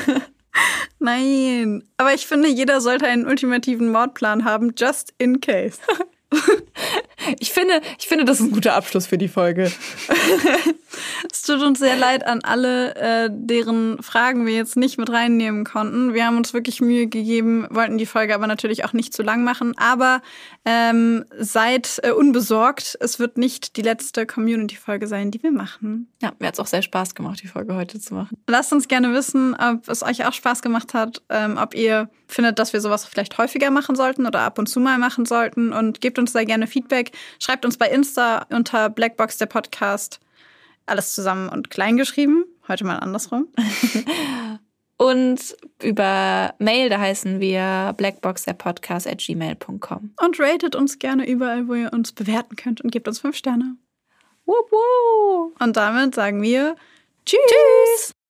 Nein, aber ich finde, jeder sollte einen ultimativen Mordplan haben, just in case. Ich finde, das ist ein guter Abschluss für die Folge. Es tut uns sehr leid an alle, deren Fragen wir jetzt nicht mit reinnehmen konnten. Wir haben uns wirklich Mühe gegeben, wollten die Folge aber natürlich auch nicht zu lang machen. Aber seid unbesorgt, es wird nicht die letzte Community-Folge sein, die wir machen. Ja, mir hat es auch sehr Spaß gemacht, die Folge heute zu machen. Lasst uns gerne wissen, ob es euch auch Spaß gemacht hat, ob ihr findet, dass wir sowas vielleicht häufiger machen sollten oder ab und zu mal machen sollten. Und gebt uns da gerne Feedback. Schreibt uns bei Insta unter Blackbox der Podcast. Alles zusammen und klein geschrieben. Heute mal andersrum. Und über Mail, da heißen wir blackboxderpodcast@gmail.com. Und ratet uns gerne überall, wo ihr uns bewerten könnt und gebt uns 5 Sterne. Wupp, wupp. Und damit sagen wir Tschüss.